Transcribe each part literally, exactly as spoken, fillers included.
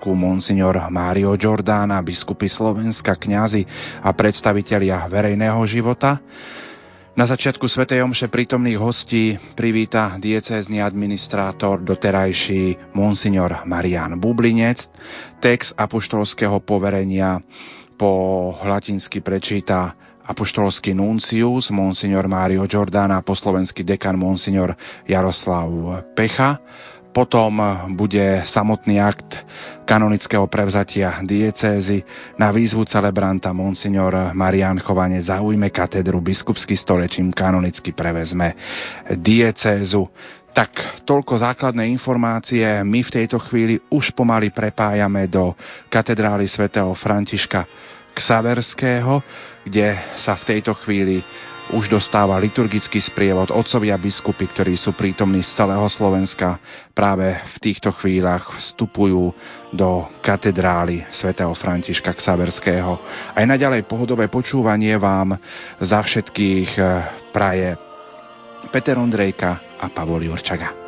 poriadku monsignor Mário Giordana, biskupy Slovenska, kňazi a predstavitelia verejného života. Na začiatku svätej omše prítomných hostí privíta diecézny administrátor doterajší monsignor Marián Bublinec. Text apoštolského poverenia po latinsky prečíta apoštolský nuncius monsignor Mário Giordana, po slovensky dekan monsignor Jaroslav Pecha. Potom bude samotný akt kanonického prevzatia diecézy. Na výzvu celebranta monsignor Marián Chovanec zaujme katedru, biskupský stolečím kanonicky prevezme diecézu. Tak, toľko základné informácie. My v tejto chvíli už pomaly prepájame do katedrály svätého Františka Xaverského, kde sa v tejto chvíli už dostáva liturgický sprievod. Otcovia biskupy, ktorí sú prítomní z celého Slovenska, práve v týchto chvíľach vstupujú do katedrály svätého Františka Xaverského. Aj naďalej pohodové počúvanie vám za všetkých praje Peter Ondrejka a Pavol Jurčaga.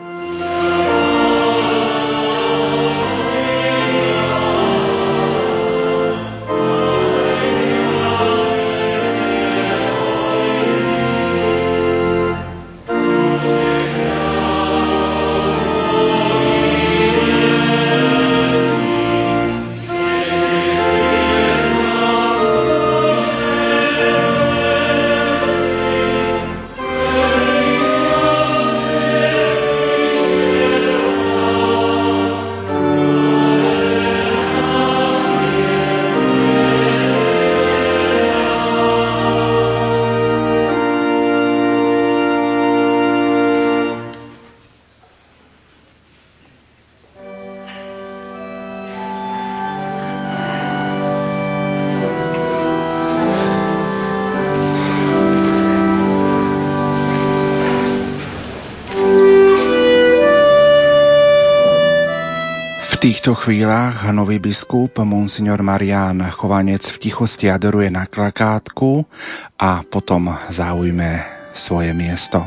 V týchto chvíľach nový biskup monsignor Marián Chovanec v tichosti adoruje na klakátku a potom zaujme svoje miesto.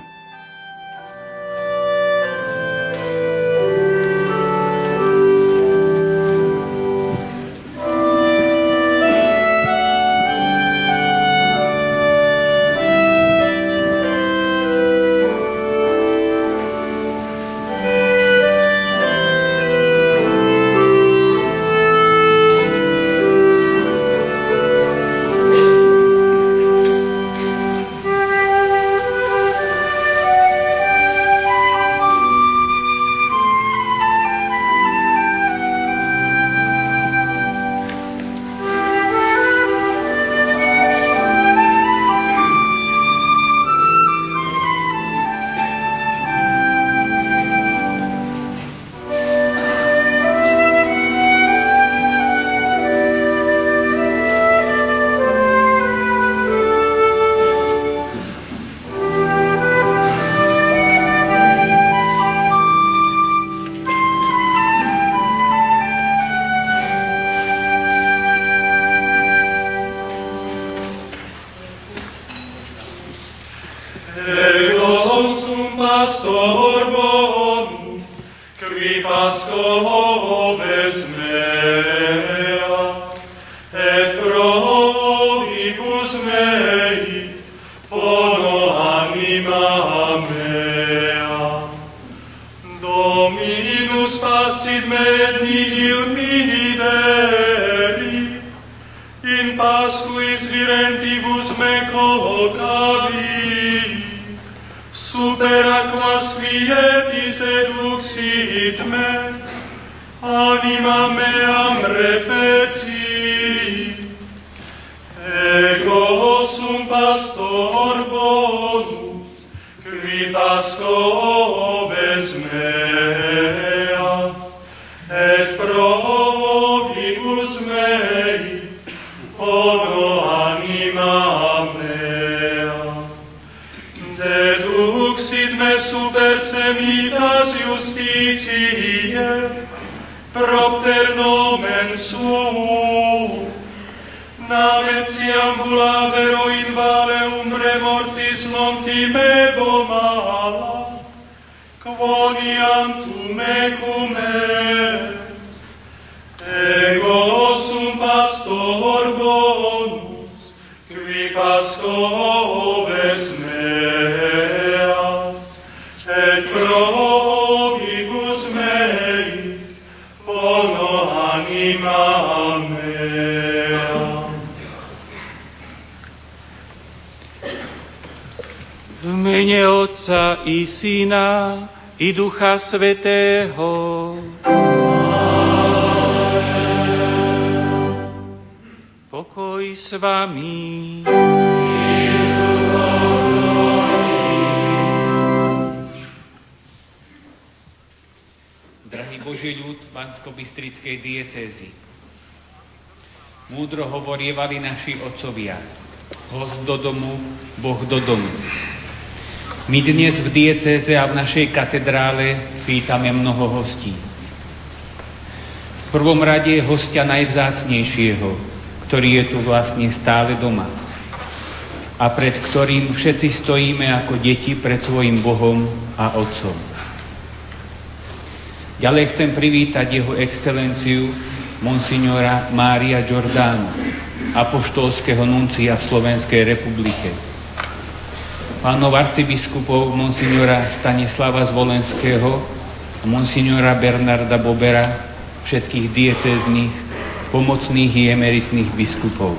Ego sum pastor bonus, qui pasco oves meas, et pro vobibus mei, bono anima mea. V mene Otca i Syna i Ducha Svätého. Pokoj s vami. Drahý Boží ľud Banskobystrickej diecézy, múdro hovorievali naši otcovia: host do domu, Boh do domu. My dnes v diecéze a v našej katedrále vítame mnoho hostí. V prvom rade hostia najvzácnejšieho, ktorý je tu vlastne stále doma a pred ktorým všetci stojíme ako deti pred svojim Bohom a Otcom. Ďalej chcem privítať jeho excelenciu monsignora Mária Giordano, apoštolského nuncia v Slovenskej republike, pánov arcibiskupov monsignora Stanislava Zvolenského a monsignora Bernarda Bobera, všetkých diecéznych, pomocných i emeritných biskupov.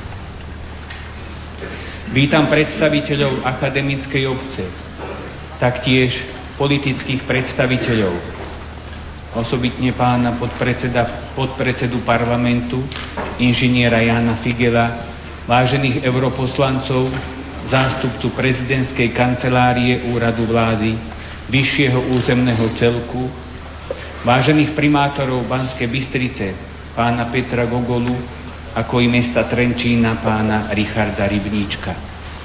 Vítam predstaviteľov akademickej obce, taktiež politických predstaviteľov, osobitne pána podpredseda, podpredsedu parlamentu, inžiniera Jána Figela, vážených europoslancov, zástupcu prezidentskej kancelárie úradu vlády, vyššieho územného celku, vážených primátorov Banskej Bystrice, pána Petra Gogolu, ako i mesta Trenčína, pána Richarda Rybníčka.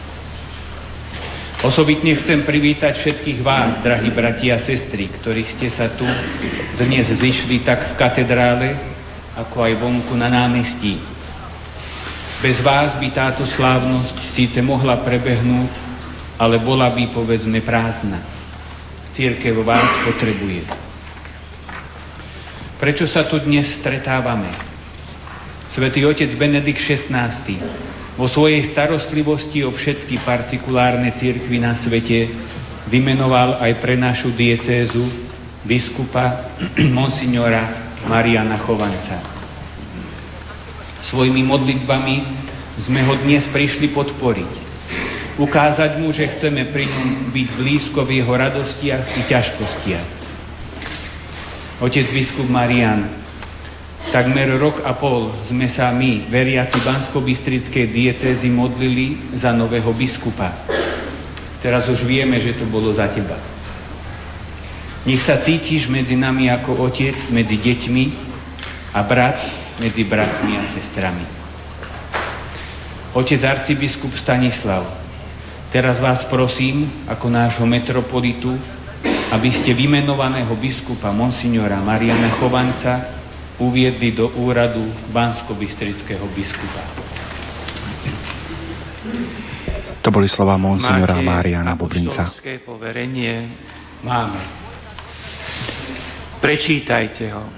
Osobitne chcem privítať všetkých vás, drahí bratia a sestry, ktorí ste sa tu dnes zišli tak v katedrále, ako aj vonku na námestí. Bez vás by táto slávnosť síce mohla prebehnúť, ale bola by, povedzme, prázdna. Cirkev vás potrebuje. Prečo sa tu dnes stretávame? Svätý otec Benedikt šestnásty vo svojej starostlivosti o všetky partikulárne cirkvi na svete vymenoval aj pre našu diecézu biskupa monsignora Mariana Chovanca. Svojimi modlitbami sme ho dnes prišli podporiť. Ukázať mu, že chceme pri ňom byť blízko v jeho radostiach i ťažkostiach. Otec biskup Marián, takmer rok a pol sme sa my, veriaci Banskobystrickej diecézy, modlili za nového biskupa. Teraz už vieme, že to bolo za teba. Nech sa cítiš medzi nami ako otec medzi deťmi a brat medzi bratmi a sestrami. Otec arcibiskup Stanislav, teraz vás prosím, ako nášho metropolitu, aby ste vymenovaného biskupa monsignora Mariana Chovanca uviedli do úradu Banskobystrického biskupa. To boli slova monsignora Mariana Bobrinca. Máte apoštolské poverenie? Máme. Prečítajte ho.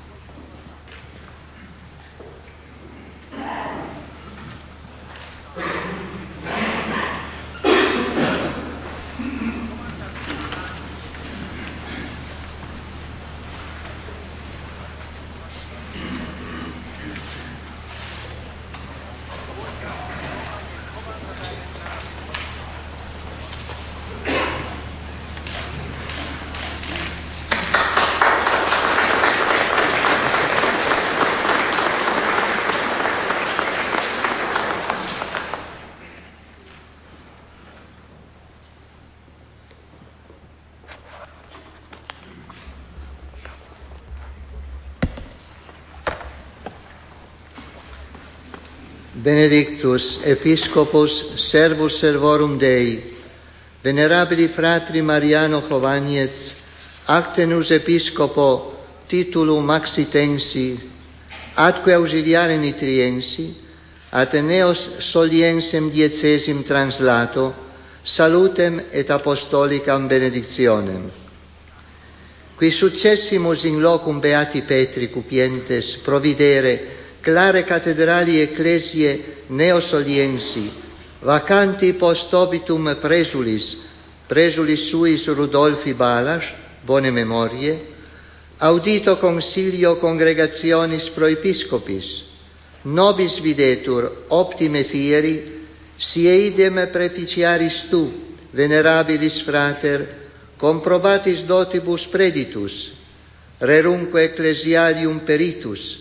Benedictus Episcopus Servus Servorum Dei, venerabili fratri Mariano Chovanec, actenus Episcopo titulum Maxitensi, atque ausiliare nitriensi, Ateneos soliensem diecesim translato, salutem et apostolicam benedictionem. qui successimus in locum beati Petri cupientes providere clare cattedrali ecclesiae neosoliensi, vacanti post obitum presulis, presulis suis Rudolfi Balas, bone memorie, audito consilio congregationis proepiscopis, nobis videtur optime fieri, si eidem preficiaris tu, venerabilis frater, comprobatis dotibus preditus, rerunque ecclesialium peritus,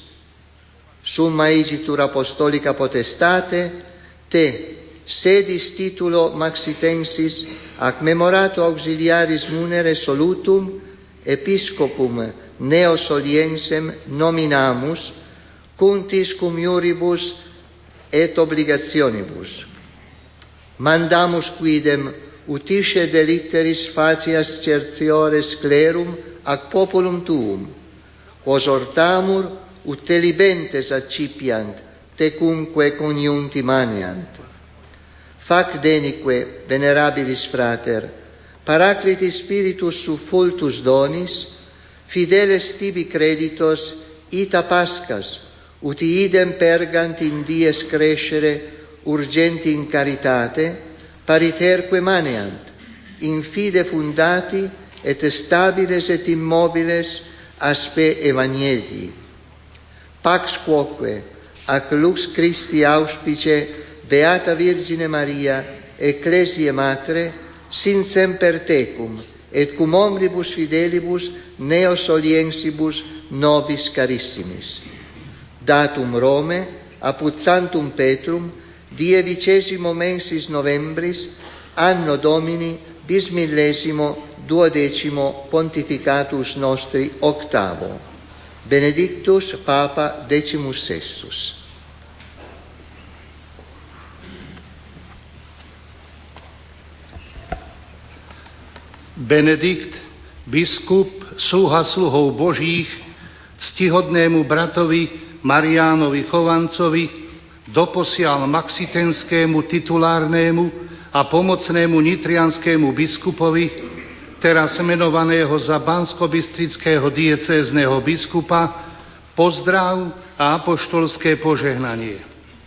summa igitur apostolica potestate, te, sedis titulo maxitensis, ac memorato auxiliaris munere solutum, episcopum neosoliensem nominamus, cuntis cum iuribus et obligationibus. Mandamus quidem utice delicteris facias certiores clerum ac populum tuum, quos hortamur ut te libentes accipiant, tecunque coniunti maneant. Fac denique, venerabilis frater, paracliti spiritus suffultus donis, fideles tibi creditos, ita pascas, uti idem pergant in dies crescere, urgenti in caritate, pariterque maneant, in fide fundati et stabiles et immobiles aspe evanghelii. Pax quoque, ac lux Christi auspice, Beata Virgine Maria, Ecclesiae Matre, sin semper tecum, et cum omnibus fidelibus neosoliensibus nobis carissimis. Datum Rome, apud Sanctum Petrum, die vicesimo mensis novembris, anno Domini bismillesimo duodecimo pontificatus nostri octavo. Benedictus Papa decimus sestus. Benedikt, biskup, sluha sluhov Božích, ctihodnému bratovi Mariánovi Chovancovi, doposiaľ maxitenskému titulárnemu a pomocnému nitrianskému biskupovi, teraz menovaného za banskobystrického diecézneho biskupa, pozdrav a apoštolské požehnanie.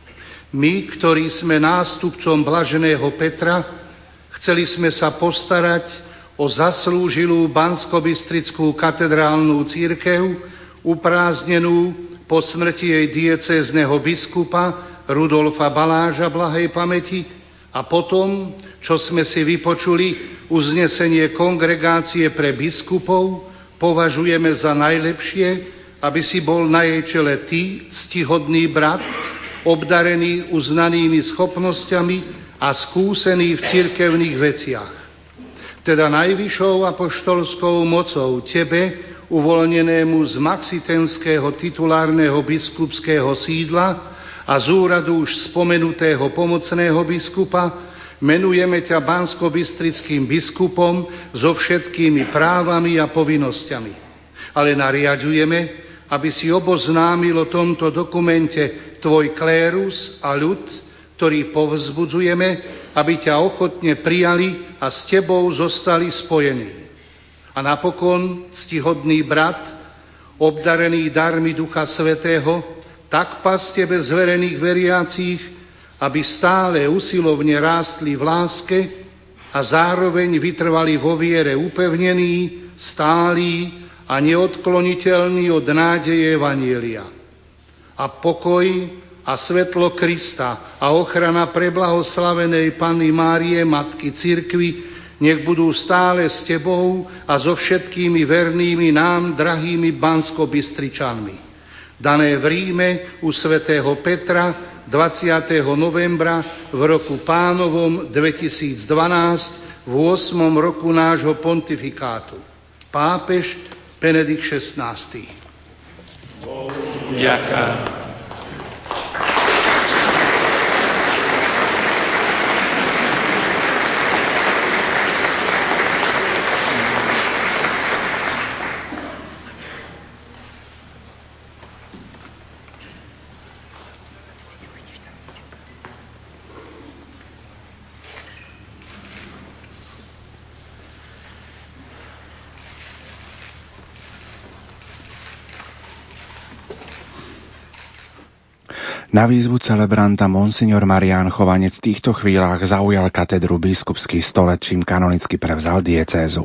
My, ktorí sme nástupcom blaženého Petra, chceli sme sa postarať o zaslúžilú banskobystrickú katedrálnu cirkev, uprázdnenú po smrti jej diecézneho biskupa Rudolfa Baláža blahej pamäti, a potom, čo sme si vypočuli uznesenie kongregácie pre biskupov, považujeme za najlepšie, aby si bol na jej čele ty, ctihodný brat, obdarený uznanými schopnosťami a skúsený v cirkevných veciach. Teda najvyššou apoštolskou mocou tebe, uvoľnenému z maxitenského titulárneho biskupského sídla a z úradu už spomenutého pomocného biskupa, menujeme ťa banskobystrickým biskupom so všetkými právami a povinnosťami. Ale nariaďujeme, aby si oboznámil o tomto dokumente tvoj klérus a ľud, ktorý povzbudzujeme, aby ťa ochotne prijali a s tebou zostali spojení. A napokon, ctihodný brat, obdarený darmi Ducha Svätého, tak pas tebe zverených veriacich, aby stále usilovne rástli v láske a zároveň vytrvali vo viere upevnení, stálí a neodkloniteľní od nádeje evanjelia. A pokoj a svetlo Krista a ochrana preblahoslavenej Panny Márie, Matky cirkvi, nech budú stále s tebou a so všetkými vernými nám, drahými banskobystričanmi. Dané v Ríme u svätého Petra dvadsiateho novembra v roku pánovom dvetisícdvanásť, v ôsmom roku nášho pontifikátu. Pápež Benedikt šestnásty. Ďakujem. Na výzvu celebranta monsignor Marián Chovanec v týchto chvíľach zaujal katedru biskupský stolec, čím kanonicky prevzal diecézu.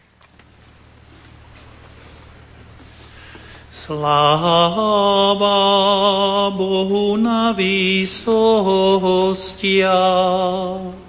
Sláva Bohu na výsostiach.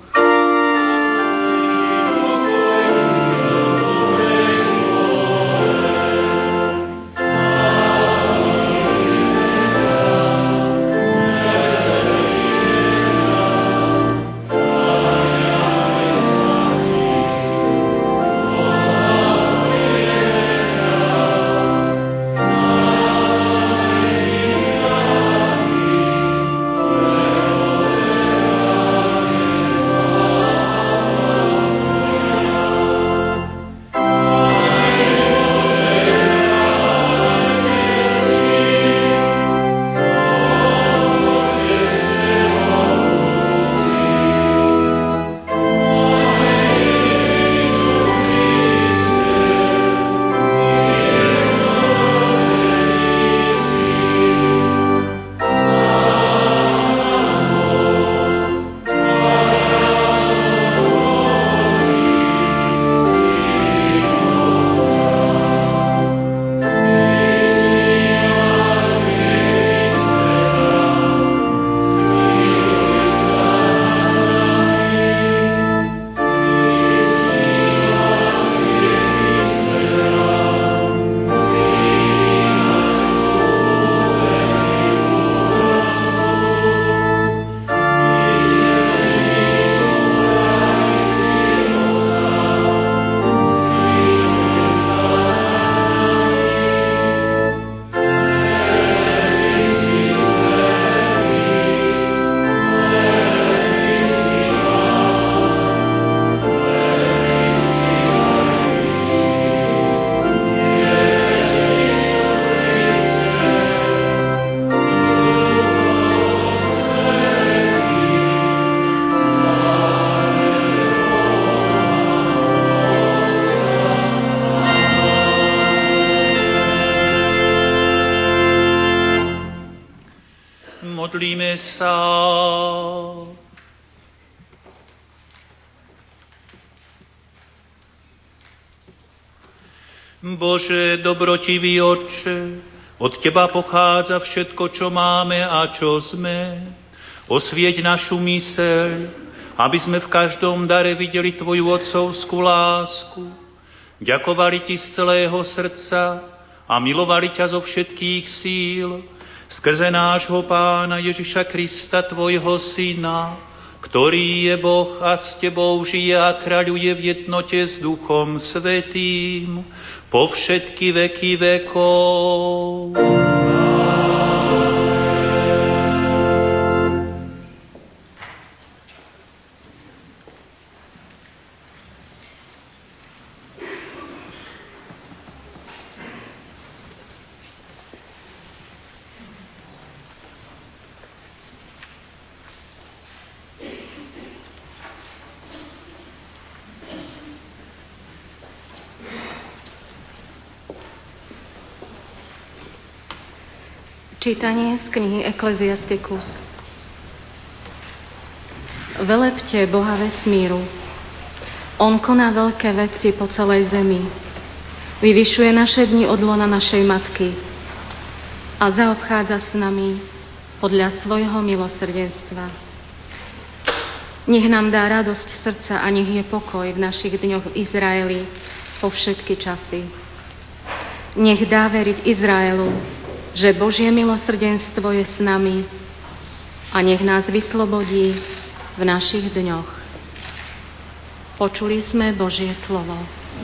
Modlíme sa. Bože, dobrotivý Otče, od Teba pochádza všetko, čo máme a čo sme. Osvieť našu myseľ, aby sme v každom dare videli Tvoju otcovskú lásku, ďakovali Ti z celého srdca a milovali ťa zo všetkých síl, skrze nášho Pána Ježiša Krista, Tvojho Syna, ktorý je Boh a s Tebou žije a kráľuje v jednote s Duchom Svätým po všetky veky vekov. Čítanie z knihy Ekleziasticus. Velepte Boha vesmíru. On koná veľké veci po celej zemi. Vyvyšuje naše dni od lona našej matky a zaobchádza s nami podľa svojho milosrdenstva. Nech nám dá radosť srdca a nech je pokoj v našich dňoch v Izraeli po všetky časy. Nech dá veriť Izraelu, že Božie milosrdenstvo je s nami a nech nás vyslobodí v našich dňoch. Počuli sme Božie slovo.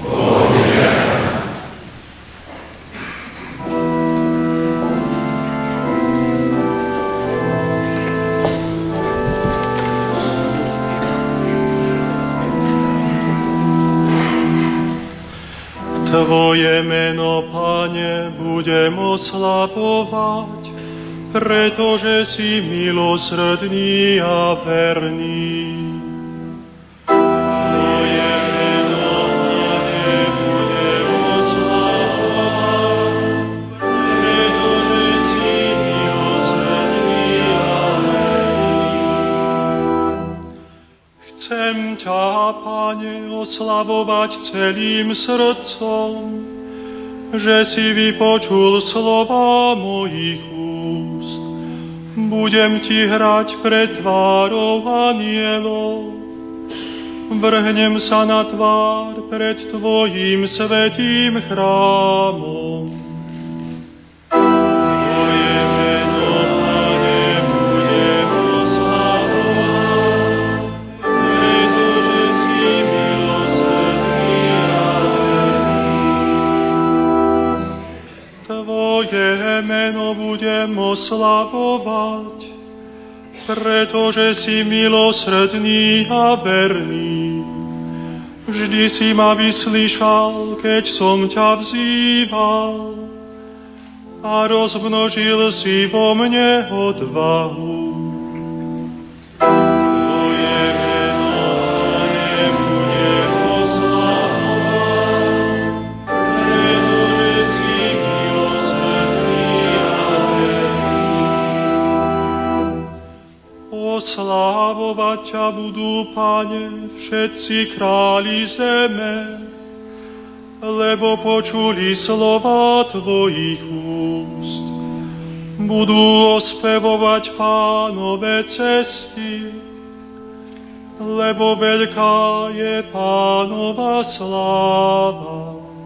Tvoje meno, Pane, budem oslavovať, pretože si milosrdný a verný. Tvoje meno, Pane, budem oslavovať, pretože si milosrdný a oslavovať celým srdcom, že si vypočul slova mojich úst. Budem ti hrať pred tvárou anielov, vrhnem sa na tvár pred tvojím svätým chrámom. Tvoje meno, Pane, budem oslavovať, pretože si milosrdný a verný. Tvoje meno budem oslavovať, pretože si milosrdný a verný. Vždy si ma vyslyšal, keď som ťa vzýval, a rozmnožil si vo mne odvahu. Tvoje meno, Pane, budem oslavovať, pretože si milosrdný a verný. Oslavovať ťa budú, Pane, všetci králi zeme, lebo počuli slova tvojich úst. Budú ospevovať Pánove cesty, lebo veľká je Pánova sláva.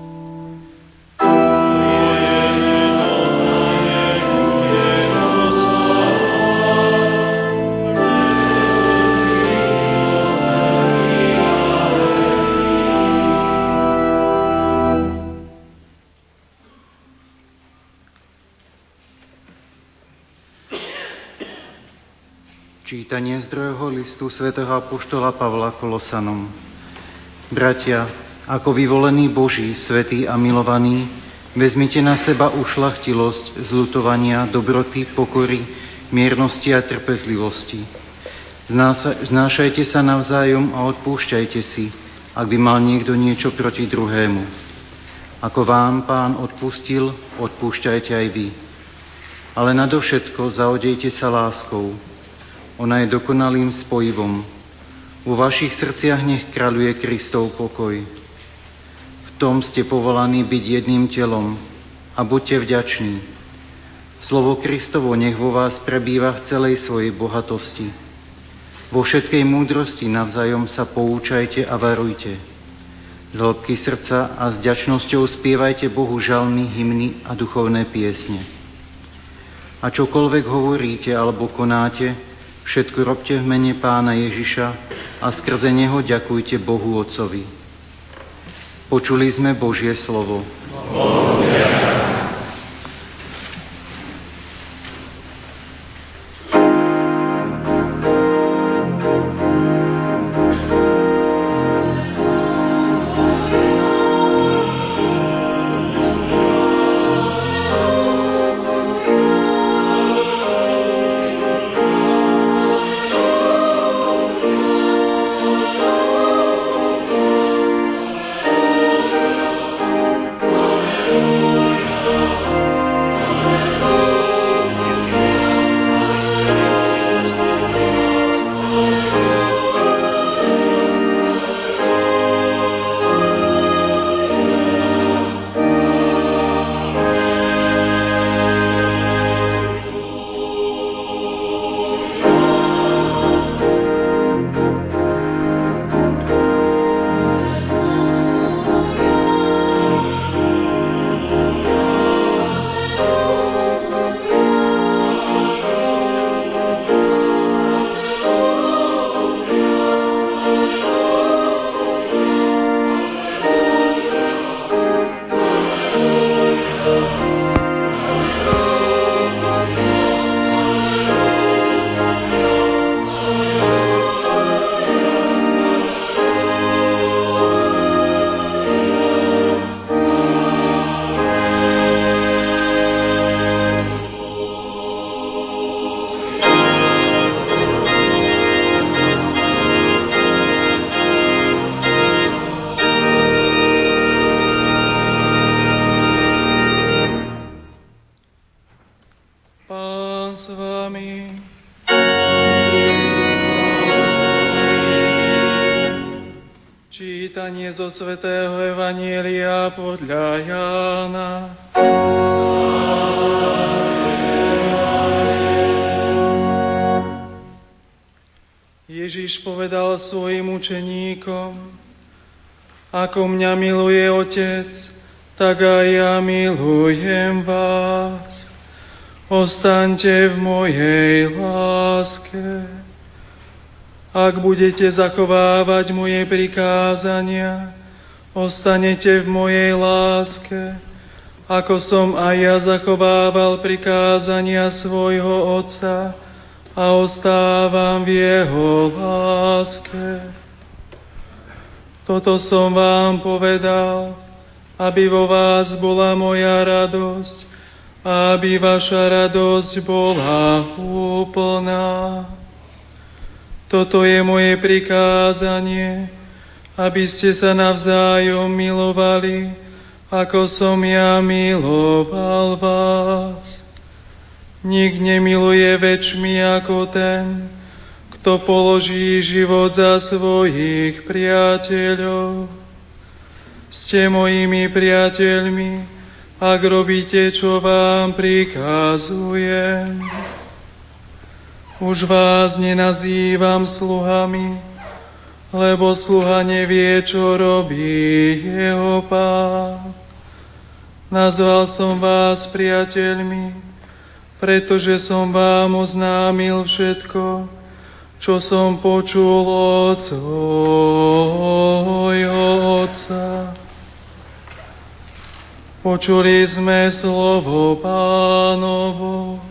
Čítanie z druhého listu svätého apoštola Pavla Kolosanom. Bratia, ako vyvolení Boží, svätí a milovaní, vezmite na seba ušľachtilosť, zľutovania, dobroty, pokory, miernosti a trpezlivosti. Znášajte sa navzájom a odpúšťajte si, ak by mal niekto niečo proti druhému. Ako vám Pán odpustil, odpúšťajte aj vy. Ale nadovšetko zaodejte sa láskou. Ona je dokonalým spojivom. Vo vašich srdciach nech kráľuje Kristov pokoj. V tom ste povolaní byť jedným telom a buďte vďační. Slovo Kristovo nech vo vás prebýva v celej svojej bohatosti. Vo všetkej múdrosti navzájom sa poučajte a varujte. Z hĺbky srdca a s vďačnosťou spievajte Bohu žalmy, hymny a duchovné piesne. A čokoľvek hovoríte alebo konáte, všetko robte v mene Pána Ježiša a skrze Neho ďakujte Bohu Otcovi. Počuli sme Božie slovo. Čítanie zo svätého Evanjelia podľa Jána. Ježiš povedal svojim učeníkom: Ako mňa miluje Otec, tak aj ja milujem vás. Ostaňte v mojej láske. Ak budete zachovávať moje prikázania, ostanete v mojej láske, ako som aj ja zachovával prikázania svojho Otca a ostávam v jeho láske. Toto som vám povedal, aby vo vás bola moja radosť a aby vaša radosť bola úplná. Toto je moje prikázanie, aby ste sa navzájom milovali, ako som ja miloval vás. Nik nemiluje väčšmi ako ten, kto položí život za svojich priateľov. Ste mojimi priateľmi, ak robíte, čo vám prikazujem. Už vás nenazývam sluhami, lebo sluha nevie, čo robí jeho pán. Nazval som vás priateľmi, pretože som vám oznámil všetko, čo som počul od svojho Otca. Počuli sme slovo Pánovo.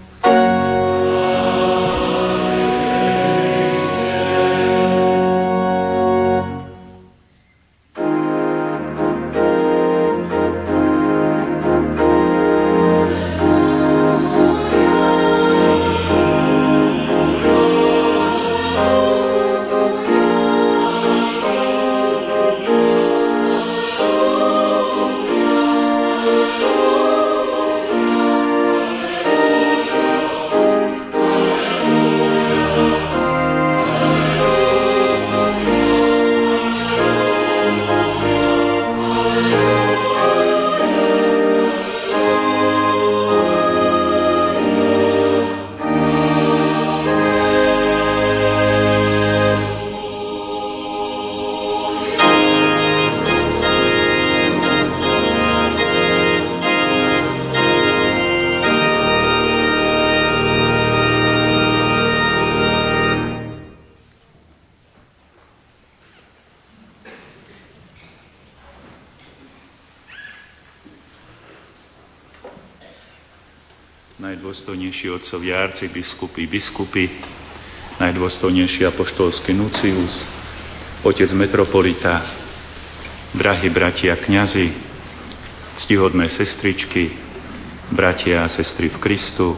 Najdôstojnejší otcovia, arcibiskupy, biskupy, najdôstojnejší apoštolský nuncius, otec metropolita, drahí bratia kňazi, ctihodné sestričky, bratia a sestry v Kristu,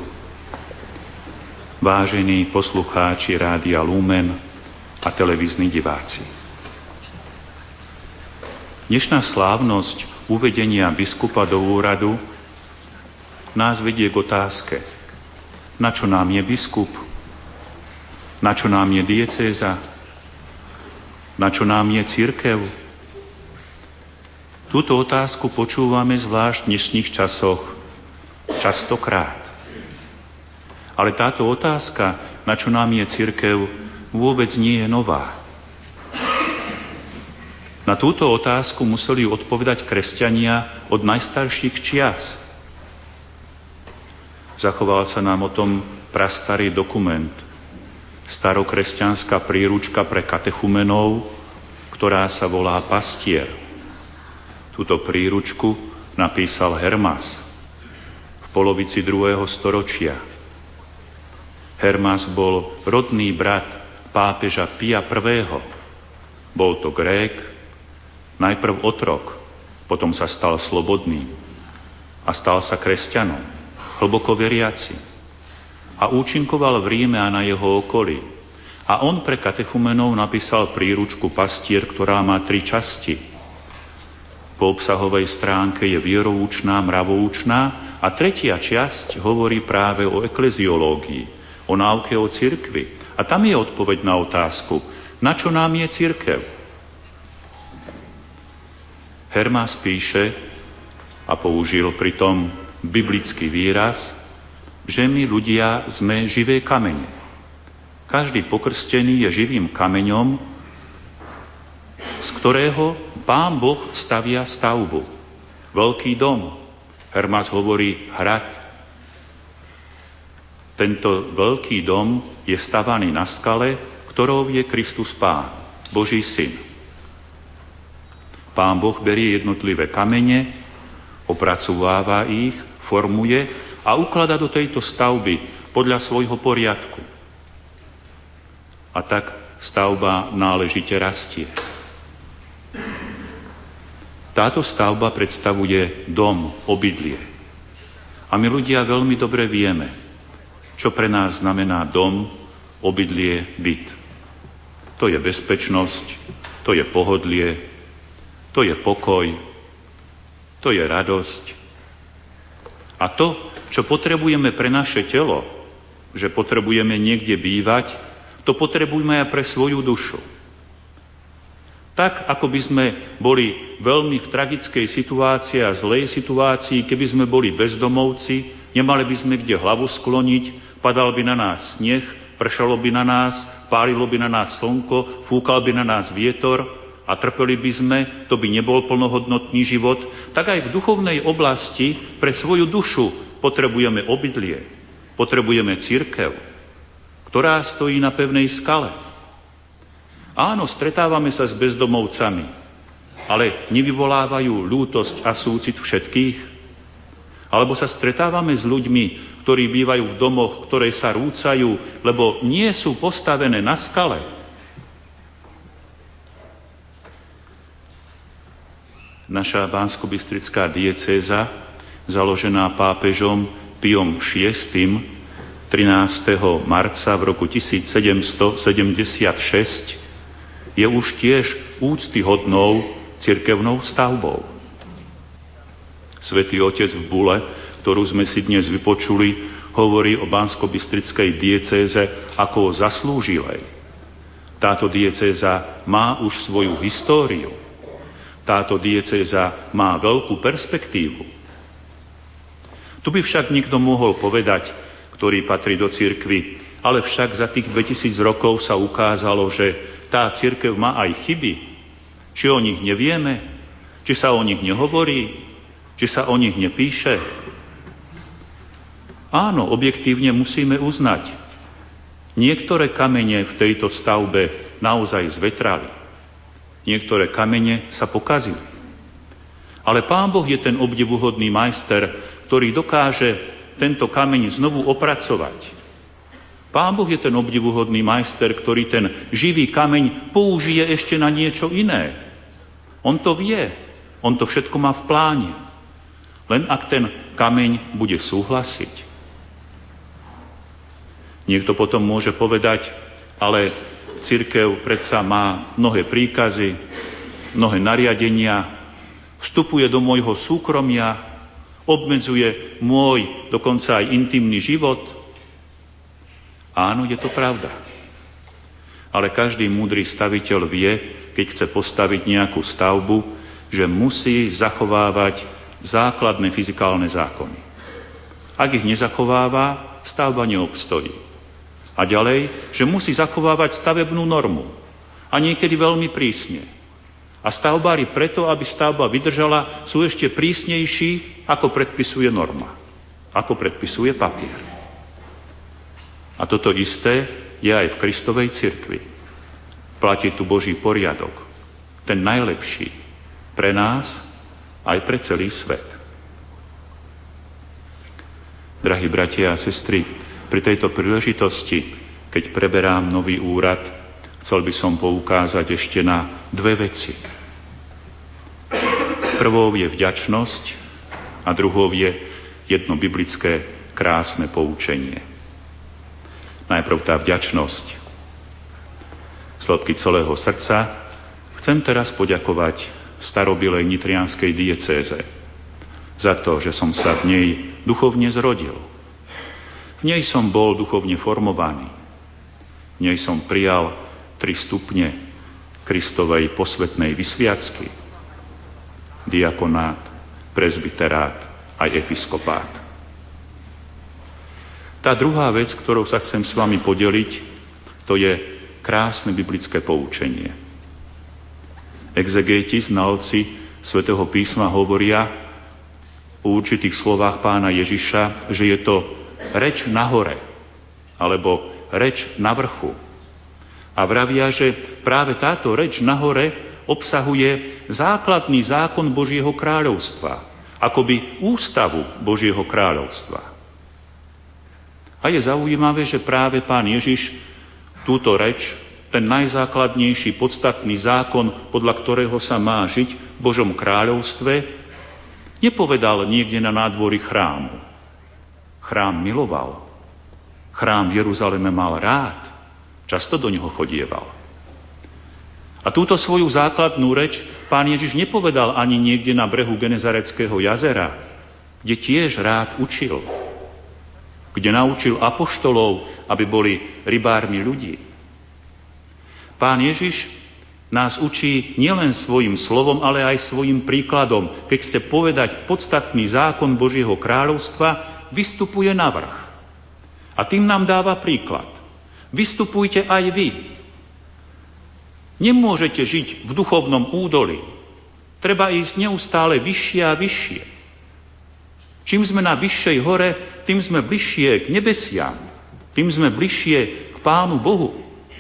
vážení poslucháči Rádia Lumen a televízni diváci. Dnešná slávnosť uvedenia biskupa do úradu nás vedie k otázke, na čo nám je biskup, na čo nám je diecéza, na čo nám je cirkev. Túto otázku počúvame zvlášť v dnešných časoch častokrát. Ale táto otázka, na čo nám je cirkev, vôbec nie je nová. Na túto otázku museli odpovedať kresťania od najstarších čias. Zachoval sa nám o tom prastarý dokument, starokresťanská príručka pre katechumenov, ktorá sa volá Pastier. Túto príručku napísal Hermas v polovici druhého storočia. Hermas bol rodný brat pápeža Pia prvého. Bol to Grék, najprv otrok, potom sa stal slobodný a stal sa kresťanom, hlboko veriaci. A účinkoval v Ríme a na jeho okolí. A on pre katechumenov napísal príručku Pastier, ktorá má tri časti. Po obsahovej stránke je vieroučná, mravoučná a tretia časť hovorí práve o ekleziológii, o náuke o cirkvi. A tam je odpoveď na otázku, na čo nám je cirkev. Hermás píše a použil pritom biblický výraz, že my ľudia sme živé kamene. Každý pokrstený je živým kameňom, z ktorého Pán Boh stavia stavbu. Veľký dom. Hermás hovorí hrad. Tento veľký dom je stavaný na skale, ktorou je Kristus Pán, Boží syn. Pán Boh berie jednotlivé kamene, opracováva ich, formuje a ukladá do tejto stavby podľa svojho poriadku. A tak stavba náležite rastie. Táto stavba predstavuje dom, obydlie. A my ľudia veľmi dobre vieme, čo pre nás znamená dom, obydlie, byt. To je bezpečnosť, to je pohodlie, to je pokoj, to je radosť. A to, čo potrebujeme pre naše telo, že potrebujeme niekde bývať, to potrebujeme aj pre svoju dušu. Tak, ako by sme boli veľmi v tragickej situácii a zlej situácii, keby sme boli bezdomovci, nemali by sme kde hlavu skloniť, padal by na nás sneh, pršalo by na nás, pálilo by na nás slnko, fúkal by na nás vietor a trpeli by sme, to by nebol plnohodnotný život, tak aj v duchovnej oblasti pre svoju dušu potrebujeme obydlie, potrebujeme cirkev, ktorá stojí na pevnej skale. Áno, stretávame sa s bezdomovcami, ale nevyvolávajú ľútosť a súcit všetkých. Alebo sa stretávame s ľuďmi, ktorí bývajú v domoch, ktoré sa rúcajú, lebo nie sú postavené na skale. Naša banskobystrická diecéza, založená pápežom Piom šiestym trinásteho marca v roku tisícsedemstosedemdesiatšesť, je už tiež úctyhodnou cirkevnou stavbou. Svätý Otec v bule, ktorú sme si dnes vypočuli, hovorí o banskobystrickej diecéze ako o zaslúžilej. Táto diecéza má už svoju históriu. Táto diecéza má veľkú perspektívu. Tu by však niekto mohol povedať, ktorý patrí do cirkvi, ale však za tých dvetisíc rokov sa ukázalo, že tá cirkev má aj chyby. Či o nich nevieme, či sa o nich nehovorí, či sa o nich nepíše. Áno, objektívne musíme uznať. Niektoré kamene v tejto stavbe naozaj zvetrali. Niektoré kamene sa pokazili. Ale Pán Boh je ten obdivuhodný majster, ktorý dokáže tento kameň znovu opracovať. Pán Boh je ten obdivuhodný majster, ktorý ten živý kameň použije ešte na niečo iné. On to vie. On to všetko má v pláne. Len ak ten kameň bude súhlasiť. Niekto potom môže povedať, ale cirkev predsa má mnohé príkazy, mnohé nariadenia, vstupuje do môjho súkromia, obmedzuje môj dokonca aj intimný život. Áno, je to pravda. Ale každý múdry staviteľ vie, keď chce postaviť nejakú stavbu, že musí zachovávať základné fyzikálne zákony. Ak ich nezachováva, stavba neobstojí. A ďalej, že musí zachovávať stavebnú normu. A niekedy veľmi prísne. A stavbári preto, aby stavba vydržala, sú ešte prísnejší, ako predpisuje norma. Ako predpisuje papier. A toto isté je aj v Kristovej cirkvi. Platí tu Boží poriadok. Ten najlepší. Pre nás, aj pre celý svet. Drahí bratia a sestry, pri tejto príležitosti, keď preberám nový úrad, chcel by som poukázať ešte na dve veci. Prvou je vďačnosť a druhou je jedno biblické krásne poučenie. Najprv tá vďačnosť. Z hĺbky celého srdca chcem teraz poďakovať starobilej nitrianskej diecéze za to, že som sa v nej duchovne zrodil. V nej som bol duchovne formovaný. V nej som prijal tri stupne Kristovej posvetnej vysviacky. diakonát, presbyterát aj episkopát. Tá druhá vec, ktorou sa chcem s vami podeliť, to je krásne biblické poučenie. Exegéti, znalci Svätého písma hovoria o určitých slovách Pána Ježiša, že je to reč nahore, alebo reč na vrchu. A vravia, že práve táto reč nahore obsahuje základný zákon Božieho kráľovstva, akoby ústavu Božieho kráľovstva. A je zaujímavé, že práve Pán Ježiš túto reč, ten najzákladnejší, podstatný zákon, podľa ktorého sa má žiť v Božom kráľovstve, nepovedal niekde na nádvorí chrámu. Chrám miloval. Chrám v Jeruzaleme mal rád. Často do neho chodieval. A túto svoju základnú reč Pán Ježiš nepovedal ani niekde na brehu Genezareckého jazera, kde tiež rád učil. Kde naučil apoštolov, aby boli rybármi ľudí. Pán Ježiš nás učí nielen svojim slovom, ale aj svojim príkladom. Keď chce povedať podstatný zákon Božieho kráľovstva, vystupuje na vrch. A tým nám dáva príklad. Vystupujte aj vy. Nemôžete žiť v duchovnom údolí. Treba ísť neustále vyššie a vyššie. Čím sme na vyššej hore, tým sme bližšie k nebesiam. Tým sme bližšie k Pánu Bohu.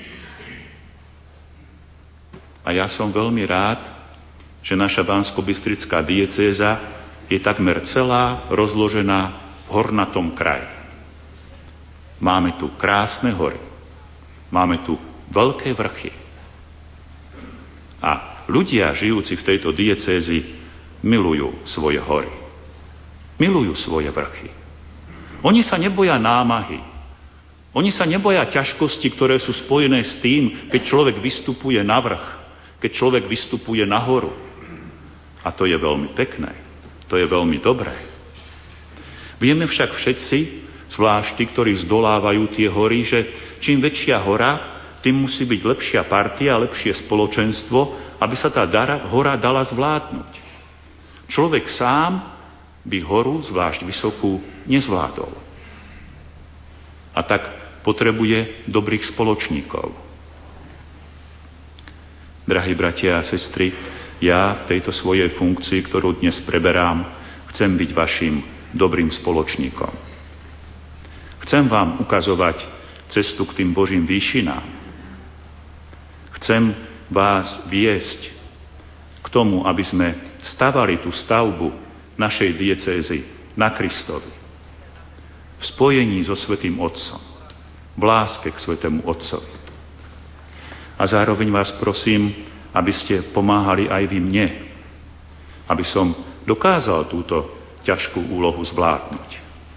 A ja som veľmi rád, že naša banskobystrická diecéza je takmer celá rozložená v hornatom kraji. Máme tu krásne hory. Máme tu veľké vrchy. A ľudia žijúci v tejto diecézi milujú svoje hory. Milujú svoje vrchy. Oni sa neboja námahy. Oni sa neboja ťažkosti, ktoré sú spojené s tým, keď človek vystupuje na vrch, keď človek vystupuje nahoru. A to je veľmi pekné. To je veľmi dobré. Vieme však všetci, zvlášť tí, ktorí zdolávajú tie hory, že čím väčšia hora, tým musí byť lepšia partia, lepšie spoločenstvo, aby sa tá hora dala zvládnuť. Človek sám by horu, zvlášť vysokú, nezvládol. A tak potrebuje dobrých spoločníkov. Drahí bratia a sestry, ja v tejto svojej funkcii, ktorú dnes preberám, chcem byť vašim dobrým spoločníkom. Chcem vám ukazovať cestu k tým Božím výšinám. Chcem vás viesť k tomu, aby sme stavali tú stavbu našej diecézy na Kristovi. V spojení so Svätým Otcom. V láske k Svätému Otcovi. A zároveň vás prosím, aby ste pomáhali aj vy mne, aby som dokázal túto ťažkú úlohu zvládnuť.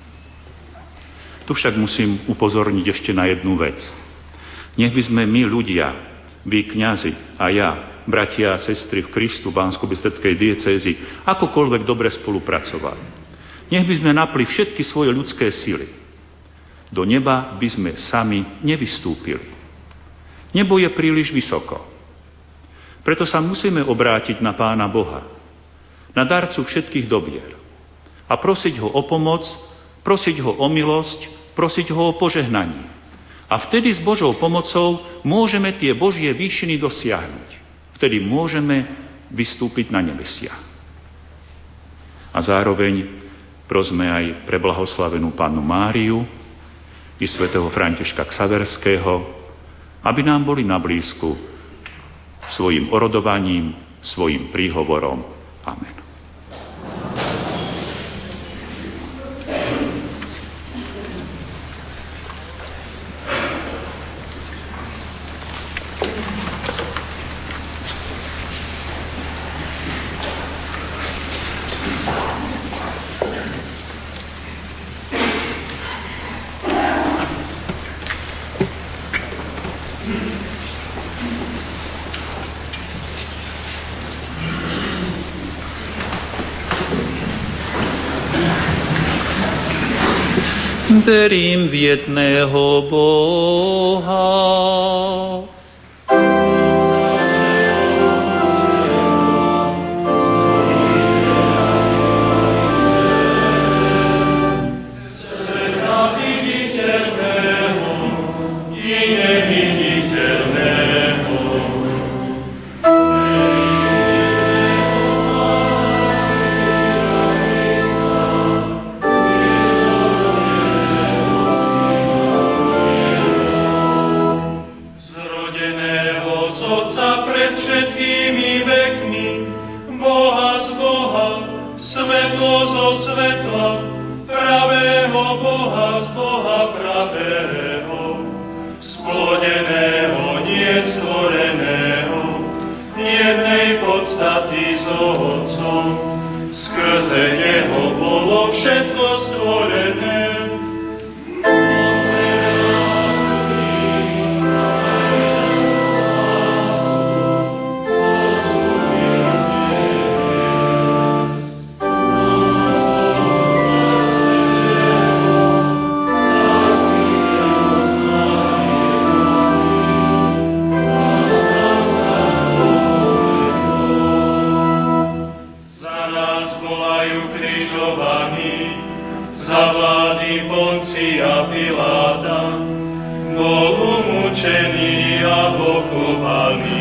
Tu však musím upozorniť ešte na jednu vec. Nech by sme my ľudia, vy kňazi a ja, bratia a sestry v Kristu banskobystrickej diecézy, akokoľvek dobre spolupracovali. Nech by sme napli všetky svoje ľudské sily. Do neba by sme sami nevystúpili. Nebo je príliš vysoko. Preto sa musíme obrátiť na Pána Boha, na darcu všetkých dobier a prosiť ho o pomoc, prosiť ho o milosť, prosiť ho o požehnanie. A vtedy s Božou pomocou môžeme tie Božie výšiny dosiahnuť. Vtedy môžeme vystúpiť na nebesia. A zároveň prosme aj pre blahoslavenú Pannu Máriu i svätého Františka Xaverského, aby nám boli na blízku svojim orodovaním, svojim príhovorom. Amen. Verím v jedného Boha, Bohu mučený a pochovaný.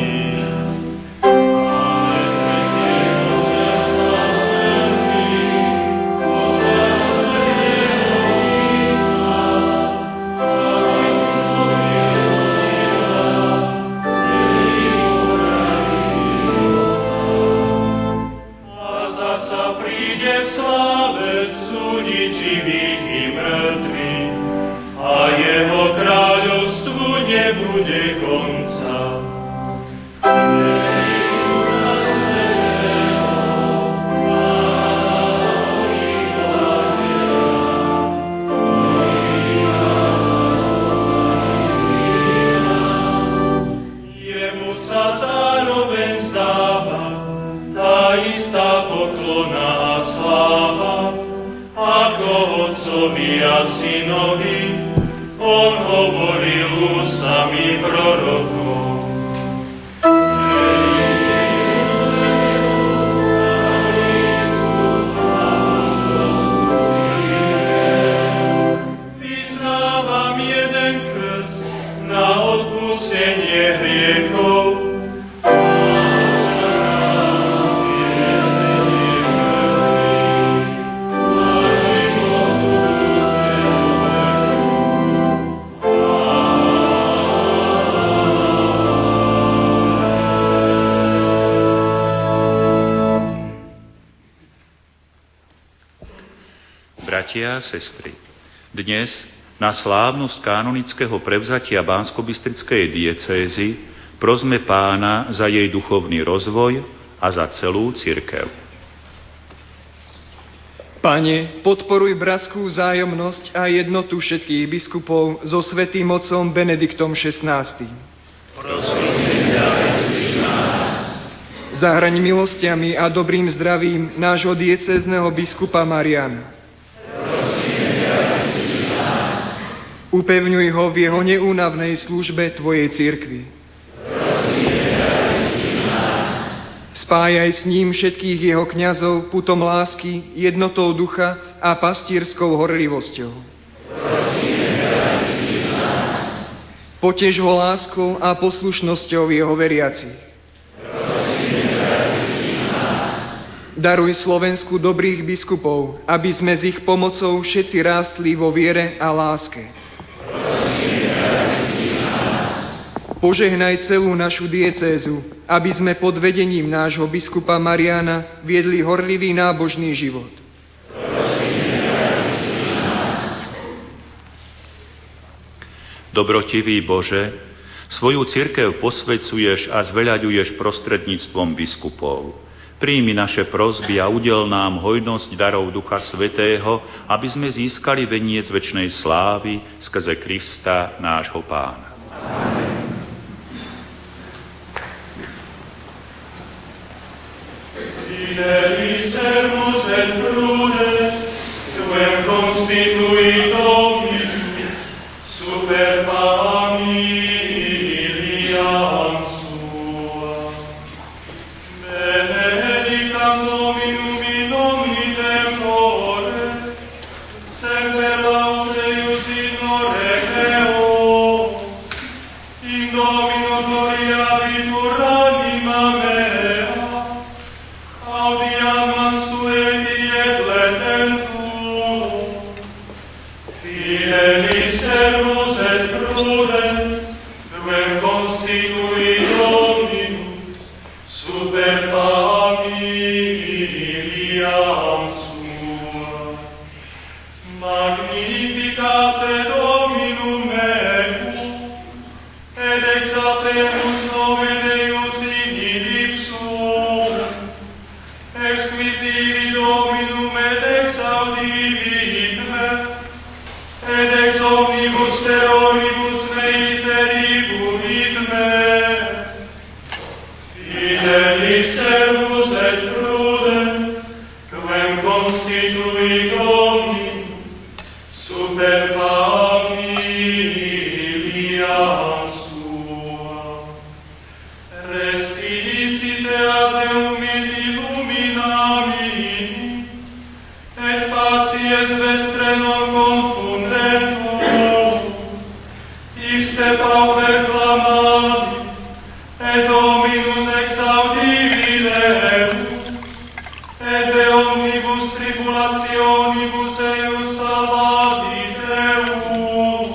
Nebude konca. Jemu sa zároveň zdáva tá istá poklona a sláva, ako otcovi a synovi. On hovoril ústami prorokov. Vyznávam jeden krst na odpustenie hriechov. Bratia a sestry, dnes na slávnosť kanonického prevzatia Banskobystrickej diecézy prosme Pána za jej duchovný rozvoj a za celú cirkev. Pane, podporuj bratskú vzájomnosť a jednotu všetkých biskupov so svätým otcom Benediktom šestnástym. Prosíme ťa, vyslyš nás. Zahraň milostiami a dobrým zdravím nášho diecézneho biskupa Mariana. Upevňuj ho v jeho neúnavnej službe Tvojej cirkvi. Spájaj s ním všetkých jeho kňazov putom lásky, jednotou ducha a pastierskou horlivosťou. Potež ho láskou a poslušnosťou jeho veriacich. Daruj Slovensku dobrých biskupov, aby sme s ich pomocou všetci rástli vo viere a láske. Požehnaj celú našu diecézu, aby sme pod vedením nášho biskupa Mariána viedli horlivý nábožný život. Dobrotivý Bože, svoju cirkev posvedzuješ a zveľaďuješ prostredníctvom biskupov. Príjmi naše prosby a udel nám hojnosť darov Ducha Svätého, aby sme získali veniec večnej slávy skrze Krista, nášho Pána. Amen. Fidelis servus et prudens, quem constituit Dominum, super familiam sua. Benedicam Dominum in nomine tempore, semper laudeus in regneo, in Domino gloria vitur anima mea, audiam sueti et letentur. Fidelis servus et prudens, quem constituit Dominus, super familiam sua. Magnificate Dominum mecum, et exaltemus nomen Deus in ipsum, exquisivi Dominum et exaudivit me, et ex omnibus terroribus me miseribuit me. Fidelis servus et prudens, quem constituit Dominum, super familiam sua. Respinicite ad Deum et illuminamini, et facies vestre non confundentur, ix se pauper clamati, et Dominus exaudiri Deus, et de omnibus tribulationibus eius salvati Deum.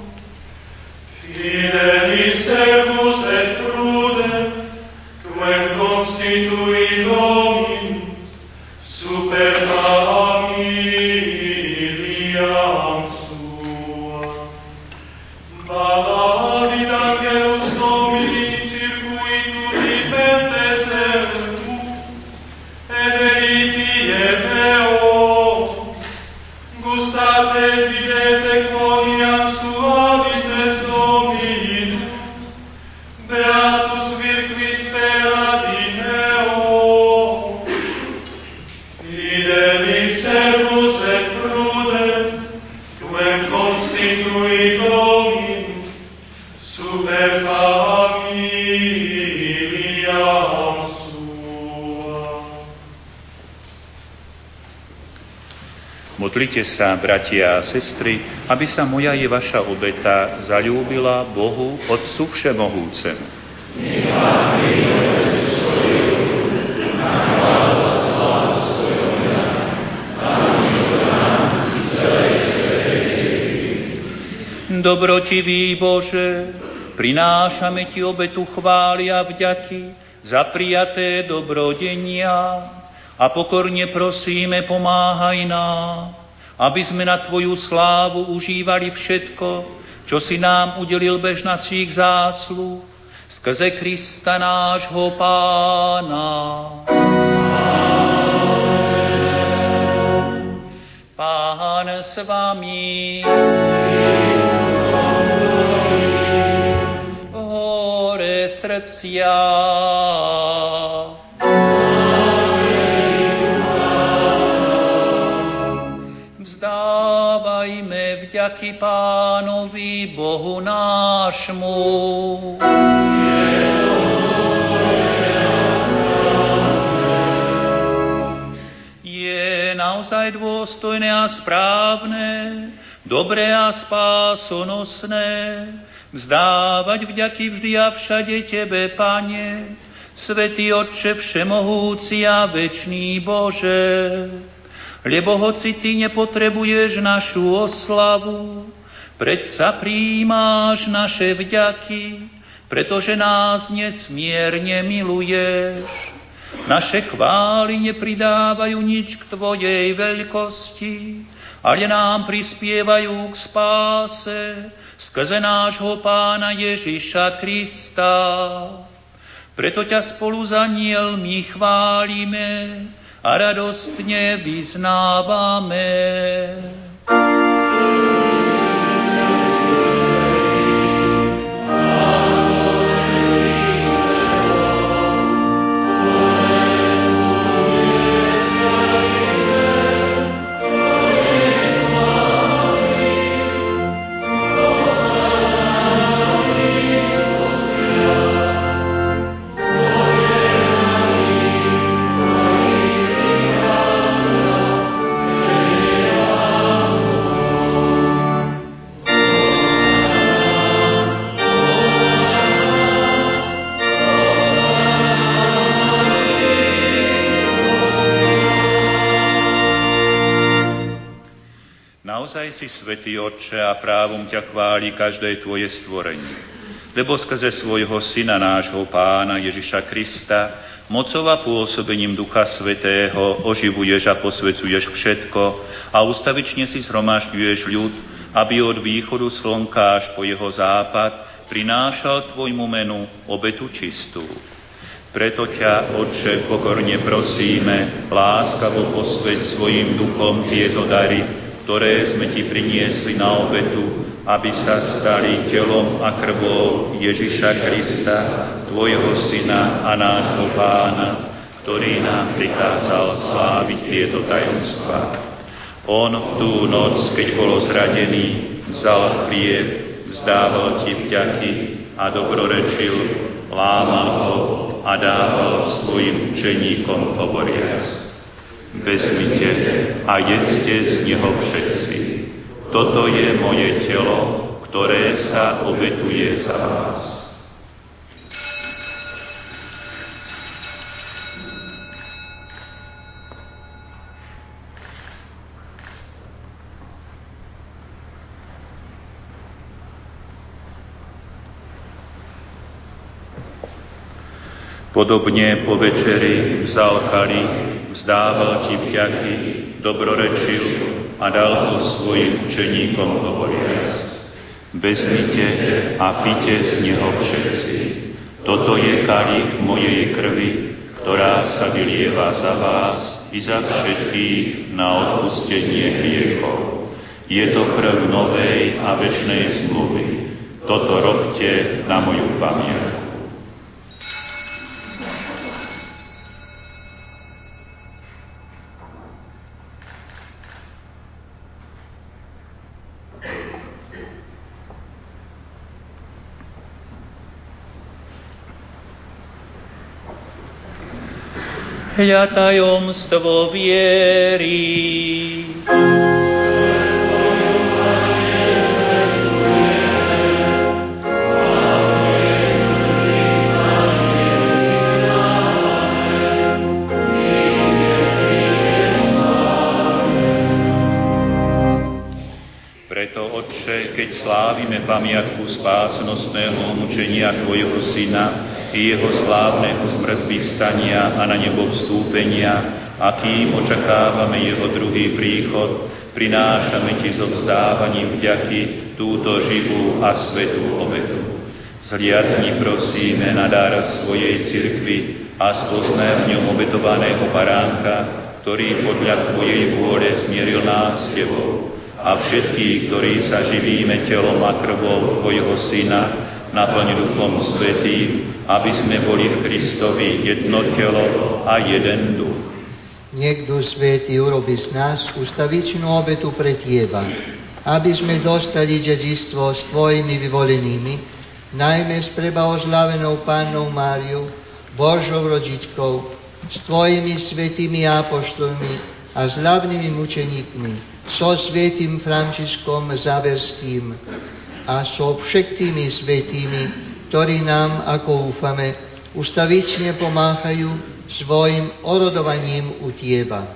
Fidelis servus et prudens, quem constitui Dominus, super familiam sua. Baladit angelus Domini circuitur dipentes Deum, et eritie Deo, gustate et videte quoniam suavis est Dominus, beatus vir qui sperat in eo. Fidelis servus et prudens, quem constitui Dominus, super familiam sua. Modlite sa, bratia a sestry, aby sa moja i vaša obeta zaľúbila Bohu, Otcu Všemohúcemu. Dobrotivý Bože, prinášame Ti obetu chvály a vďaky za prijaté dobrodenia a pokorne prosíme, pomáhaj nám, aby sme na Tvoju slávu užívali všetko, čo si nám udelil bez našich zásluh, skrze Krista nášho Pána. Pán s vami. Hore srdcia. Vzdávajme vďaky Pánovi Bohu nášmu. Je naozaj dôstojné a správne, dobré a spásonosné vzdávať vďaky vždy a všade Tebe, Pane, Svätý Otče všemohúci a večný Bože. Lebo hoci Ty nepotrebuješ našu oslavu, predsa prijímáš naše vďaky, pretože nás nesmierne miluješ. Naše chvály nepridávajú nič k Tvojej veľkosti, ale nám prispievajú k spáse skrze nášho Pána Ježiša Krista. Preto ťa spolu s anjelmi chválime a radostne vyznávame. Naozaj si, Svätý Otče, a právom ťa chváli každé Tvoje stvorenie. Lebo skrze svojho Syna, nášho Pána Ježiša Krista, mocou a pôsobením Ducha Svätého oživuješ a posvecuješ všetko a ustavične si zhromažďuješ ľud, aby od východu slnka až po jeho západ prinášal Tvojmu menu obetu čistú. Preto ťa, Otče, pokorne prosíme, láskavo posväť svojim duchom tieto dary, ktoré sme Ti priniesli na obetu, aby sa stali telom a krvou Ježiša Krista, Tvojho Syna a nášho Pána, ktorý nám prikázal sláviť tieto tajomstvá. On v tú noc, keď bol zradený, vzal chlieb, vzdával Ti vďaky a dobrorečil, lámal ho a dával svojim učeníkom hovoriac: Vezmite a jedzte z neho všetci. Toto je moje telo, ktoré sa obetuje za vás. Podobne po večeri vzal kalich, vzdával ti vďaky, dobrorečil a dal ho svojim učeníkom hovoriac: Vezmite a pite z neho všetci. Toto je kalich mojej krvi, ktorá sa vylieva za vás i za všetkých na odpustenie hriechov. Je to krv novej a večnej zmluvy. Toto robte na moju pamiatku. Hľa tajomstvo viery. Preto, Otče, keď slávime pamiatku spásnostného mučenia Tvojho Syna i jeho slávneho zmŕtvych-vstania a na nebo vstúpenia, a kým očakávame jeho druhý príchod, prinášame Ti so vzdávaním vďaky túto živú a svätú obetu. Zhliadni, prosíme, na dar svojej cirkvi a spoznaj v ňom obetovaného baránka, ktorý podľa Tvojej vôle zmieril nás s Tebou, a všetkých, ktorí sa živíme telom a krvou Tvojho Syna, naplň Duchom Svätým, aby sme boli v Kristovi jedno telo a jeden duch. Nech Duch Svätý urobí z nás ustavičnú obetu pre Teba, aby sme dostali dedičstvo s Tvojimi vyvolenými, najmä s preblahoslavenou Pannou Máriou, Božou rodičkou, s Tvojimi svätými apoštolmi a s hlavnými mučeníkmi, so svätým Františkom Záverským a so všetkými svätými, ktorí nám, ako úfame, ustavične pomáhajú svojim orodovaním u Teba.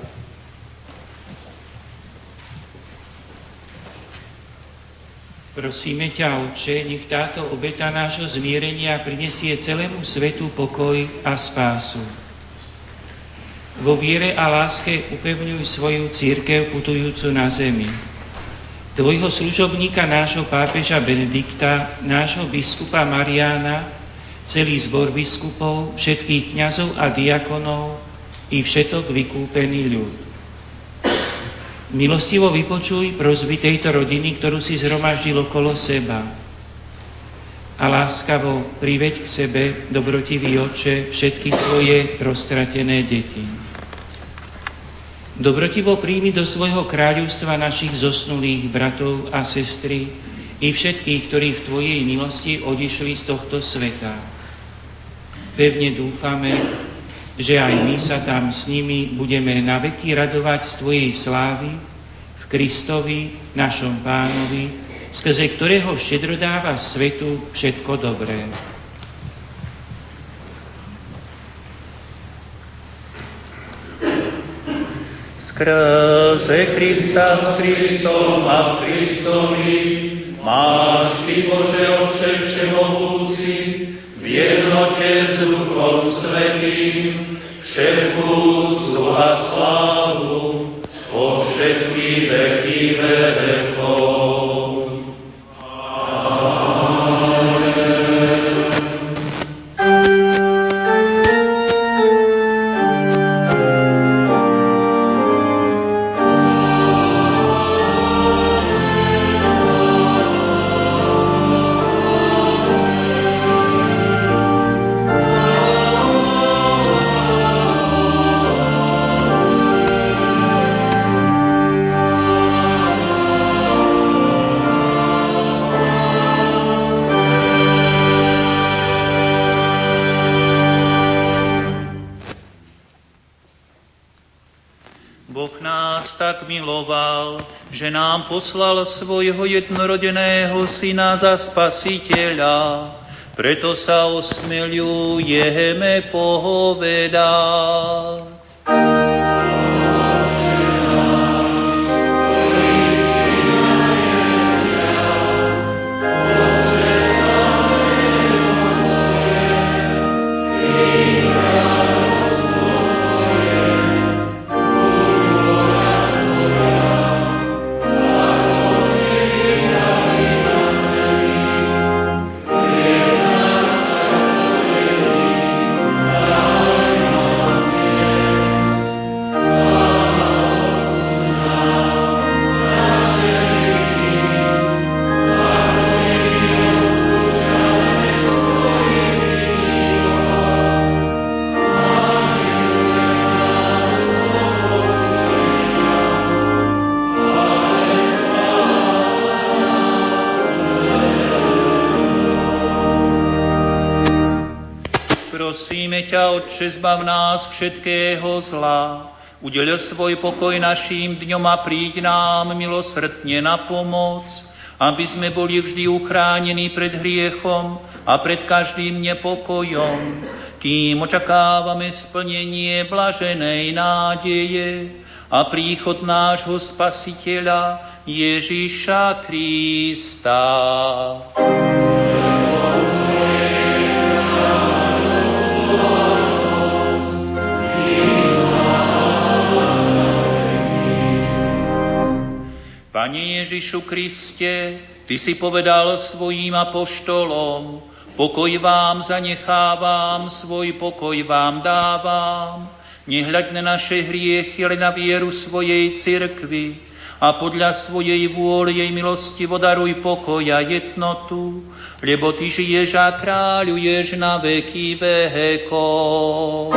Prosíme ťa, Otče, nech táto obeta nášho zmierenia prinesie celému svetu pokoj a spásu. Vo viere a láske upevňuj svoju cirkev putujúcu na zemi. Tvojho služobníka, nášho pápeža Benedikta, nášho biskupa Mariána, celý zbor biskupov, všetkých kňazov a diakonov i všetok vykúpený ľud. Milostivo vypočuj prosby tejto rodiny, ktorú si zhromaždil okolo seba. A láskavo priveď k sebe, dobrotivý Otče, všetky svoje roztratené deti. Dobrotivo príjmi do svojho kráľovstva našich zosnulých bratov a sestry i všetkých, ktorí v Tvojej milosti odišli z tohto sveta. Pevne dúfame, že aj my sa tam s nimi budeme naveky radovať z Tvojej slávy v Kristovi, našom Pánovi, skrze ktorého štedro dáva svetu všetko dobré. Skrze Krista s Kristom a v Kristovi máš Ty, Bože Otče všemohúci, v jednote s Duchom Svätým všetku úctu a slávu po všetky veky vekov. tak miloval, že nám poslal svojho jednorodeného syna za spasiteľa. Preto sa osmeľujeme povedať. Prosíme ťa, Otče, zbav nás všetkého zla, udeľ svoj pokoj našim dňom a príď nám milosrdne na pomoc, aby sme boli vždy uchránení pred hriechom a pred každým nepokojom, kým očakávame splnenie blaženej nádeje a príchod nášho Spasiteľa Ježiša Krista. Pane Ježišu Kriste, Ty si povedal svojím apoštolom, pokoj vám zanechávam, svoj pokoj vám dávam. Nehľaď na naše hriechy, ale na vieru svojej cirkvi a podľa svojej vôle jej milostivo daruj pokoj a jednotu, lebo Ty žiješ a kráľuješ na veky vekov.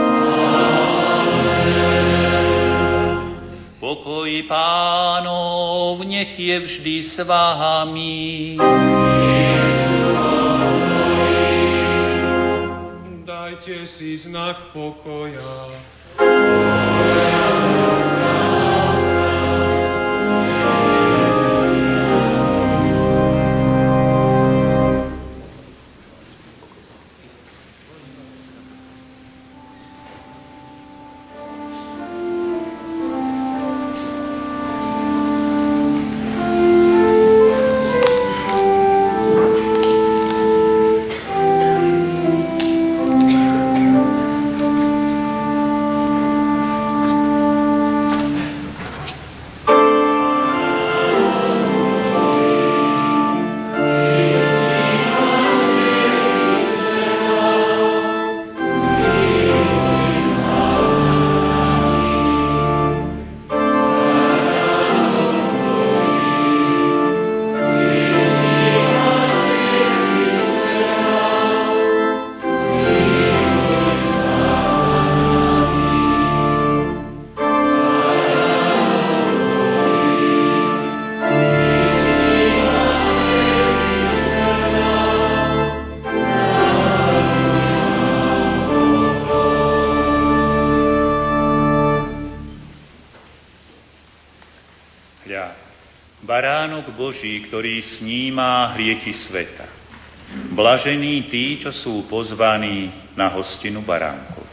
Pokoj Pánov, nech je vždy s vami. Dajte si znak pokoja. Baránok Boží, ktorý sníma hriechy sveta. Blažení tí, čo sú pozvaní na hostinu baránkov.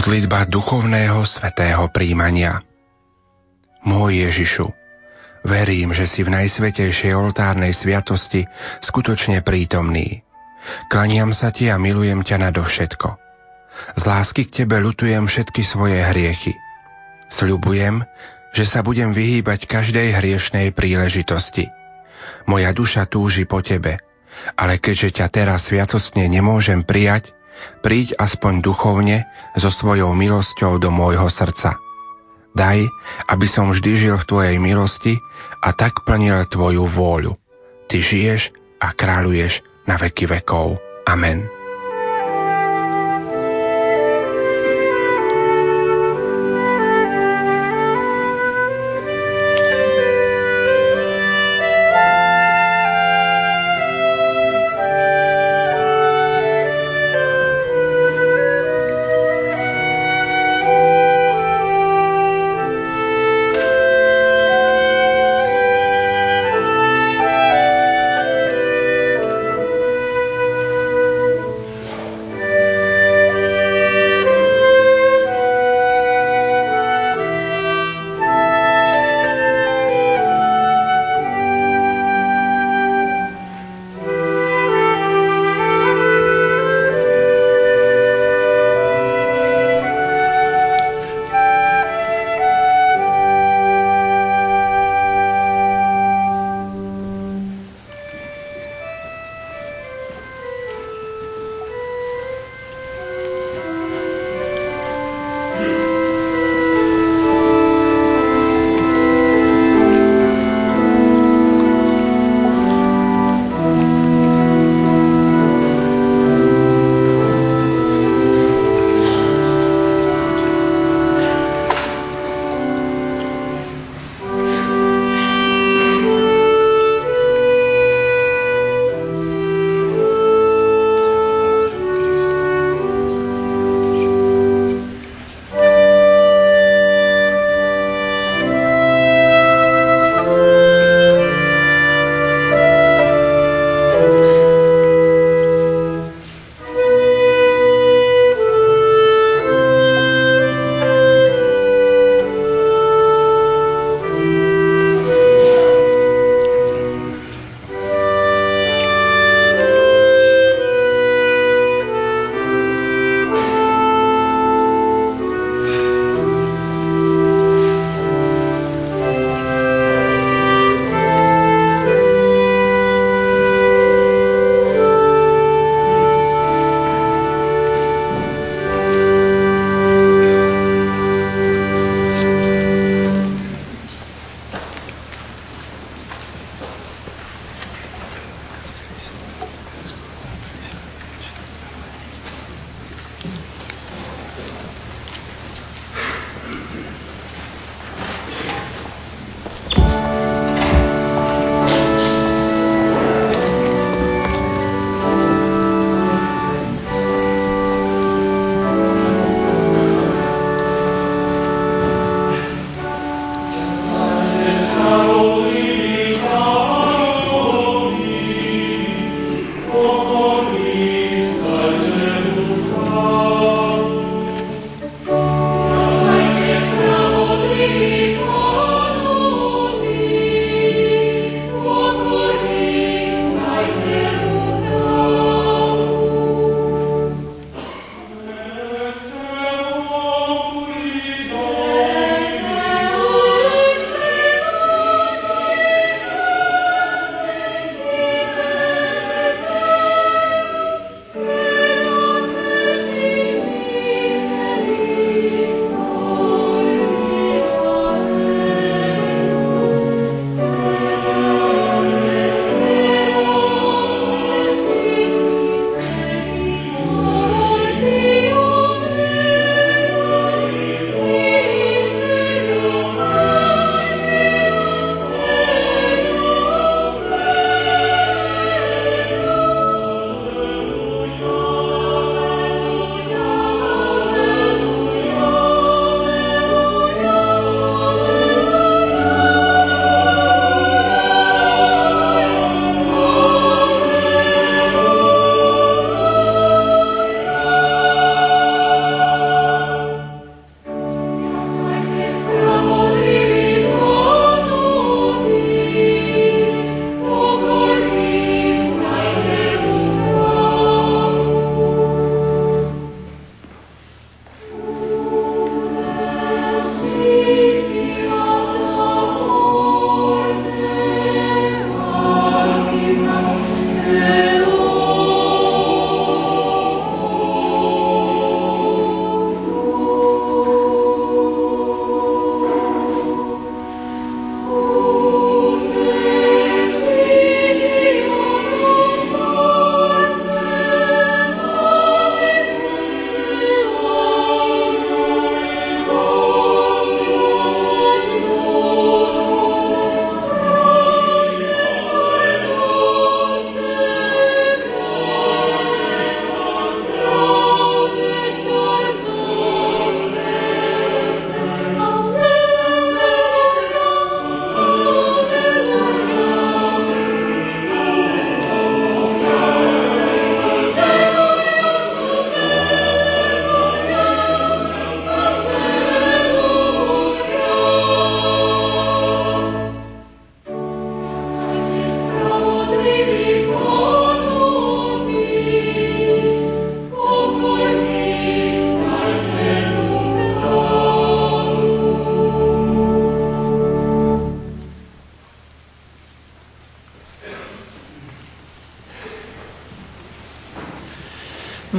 Modlitba duchovného svätého príjmania. Môj Ježišu, verím, že si v najsvätejšej oltárnej sviatosti skutočne prítomný. Klaniam sa ti a milujem ťa nadovšetko. Z lásky k tebe ľutujem všetky svoje hriechy. Sľubujem, že sa budem vyhýbať každej hriešnej príležitosti. Moja duša túži po tebe, ale keďže ťa teraz sviatostne nemôžem prijať, príď aspoň duchovne so svojou milosťou do môjho srdca. Daj, aby som vždy žil v tvojej milosti a tak plnil tvoju vôľu. Ty žiješ a kráľuješ na veky vekov. Amen.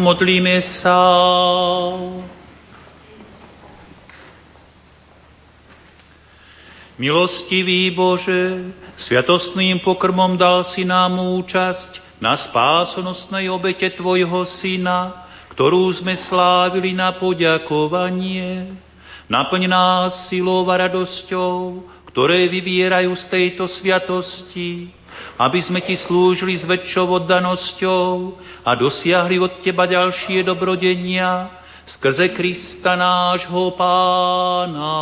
Modlíme sa. Milostivý Bože, sviatostným pokrmom dal si nám účasť na spásonosnej obete Tvojho Syna, ktorú sme slávili na poďakovanie. Naplň nás silou a radosťou, ktoré vyvierajú z tejto sviatosti, aby sme Ti slúžili s väčšou oddanosťou a dosiahli od Teba ďalšie dobrodenia skrze Krista nášho Pána.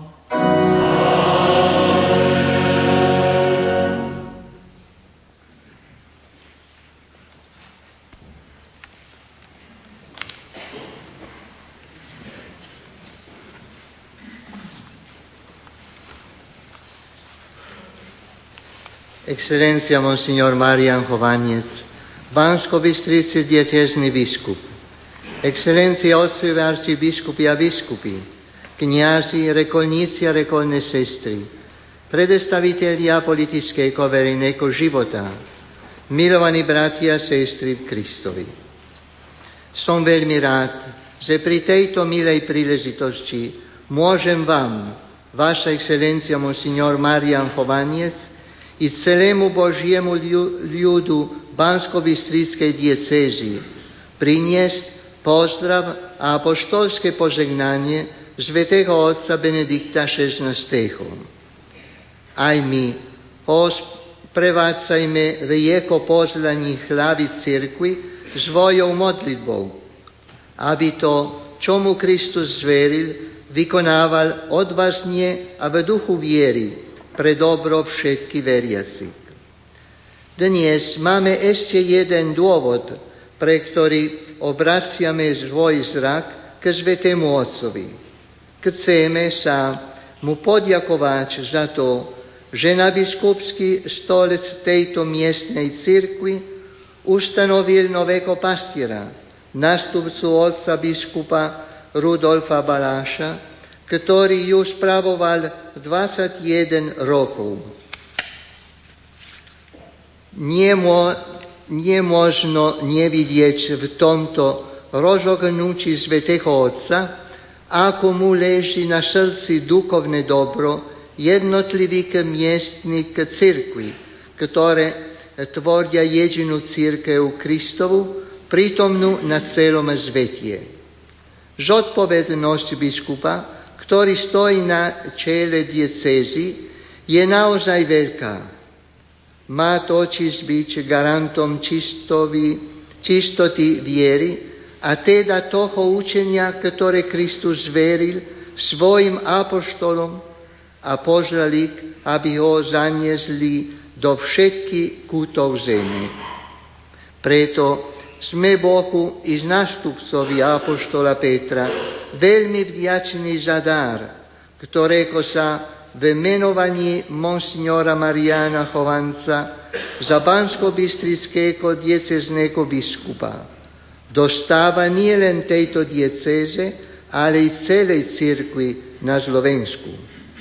Excelencia Monsignor Marián Chovanec, Banskobystrický diecézny biskup, Excelencia otcovi arcibiskupi a biskupy, kňazi, rekolníci a rekolné sestry, predstavitelia politického verejného života, milovaní bratia a sestry v Kristovi. Som veľmi rád, že pri tejto milej príležitosti môžem vám, Vaša Excelencia Monsignor Marián Chovanec, i celému Božiemu ľudu Banskobystrickej diecézy priniesť pozdrav a apoštolské požegnanie svätého otca Benedikta šestnásteho. Aj my ho prevádzajme v jeho pozlaní hlavy cirkvi svojou modlitbou, aby to, čo mu Kristus zveril, vykonával odvážne a v duchu viery, pre dobro všetky veriaci. Dnes máme ešte jeden dôvod, pre ktorý obraciame svoj zrak k Svätému Otcovi. Chceme sa mu poďakovať za to, že na biskupský stolec tejto miestnej cirkvi ustanovil nového pastiera, nástupcu otca biskupa Rudolfa Baláša, ktorý ju spravoval dvadsaťjeden rokov. Nemo, nemožno nevidieť v tomto rozognutí svätého Otca, ako mu leží na srdci duchovné dobro jednotlivých miestnych cirkví, ktoré tvoria jedinú cirkev Kristovu, prítomnú na celom svete. Zodpovednosť biskupa, ktorý stojí na čele diecézy, je naozaj veľká. Má totiž byť garantom čistoty, čistoty viery a teda toho učenia, ktoré Kristus zveril svojim apoštolom a požal ich, aby ho zaniesli do všetkých kútov zeme. Preto sme Bohu i nástupcovi apoštola Petra veľmi vďační za dar, ktorého sa v menovaní Monsignora Mariána Chovanca za banskobystrického diecézneho biskupa dostáva nielen tejto diecéze, ale i celej cirkvi na Slovensku.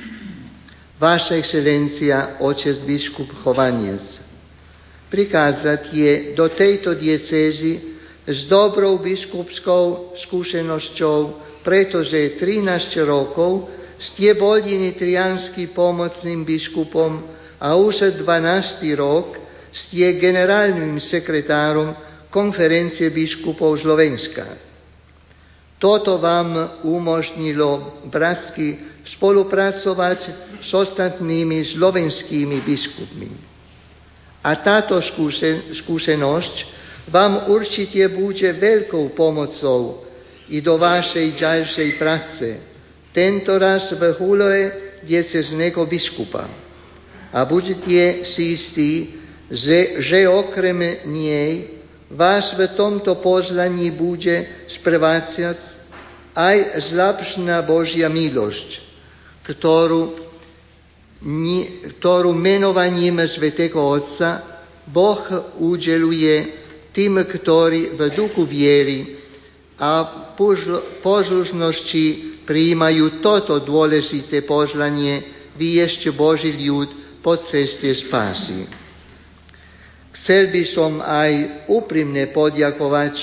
Vaša Excelencia, otec biskup Chovanec, prichádzať je do tejto diecézy s dobrou biskupskou skúsenosťou, pretože trinásť rokov ste boli nitrianským pomocným biskupom a už dvanásty rok ste generálnym sekretárom konferencie biskupov Slovenska. Toto vám umožnilo bratsky spolupracovať s ostatnými slovenskými biskupmi. A táto skúsenosť vám určite bude veľkou pomocou i do vašej ďalšej práce, tentoraz v úlohe diecézneho biskupa. A buďte si istí, že, že okrem nej vás v tomto pozlaní bude sprevádzať aj zvláštna Božia milosť, ktorú, ktorú menovaním Svätého Otca Boh udeluje tým, ktorí v duchu viery a poslušnosti prijímajú toto dôležité pozlanie viesť Boží ľud po ceste spásy. Chcel by som aj úprimne poďakovať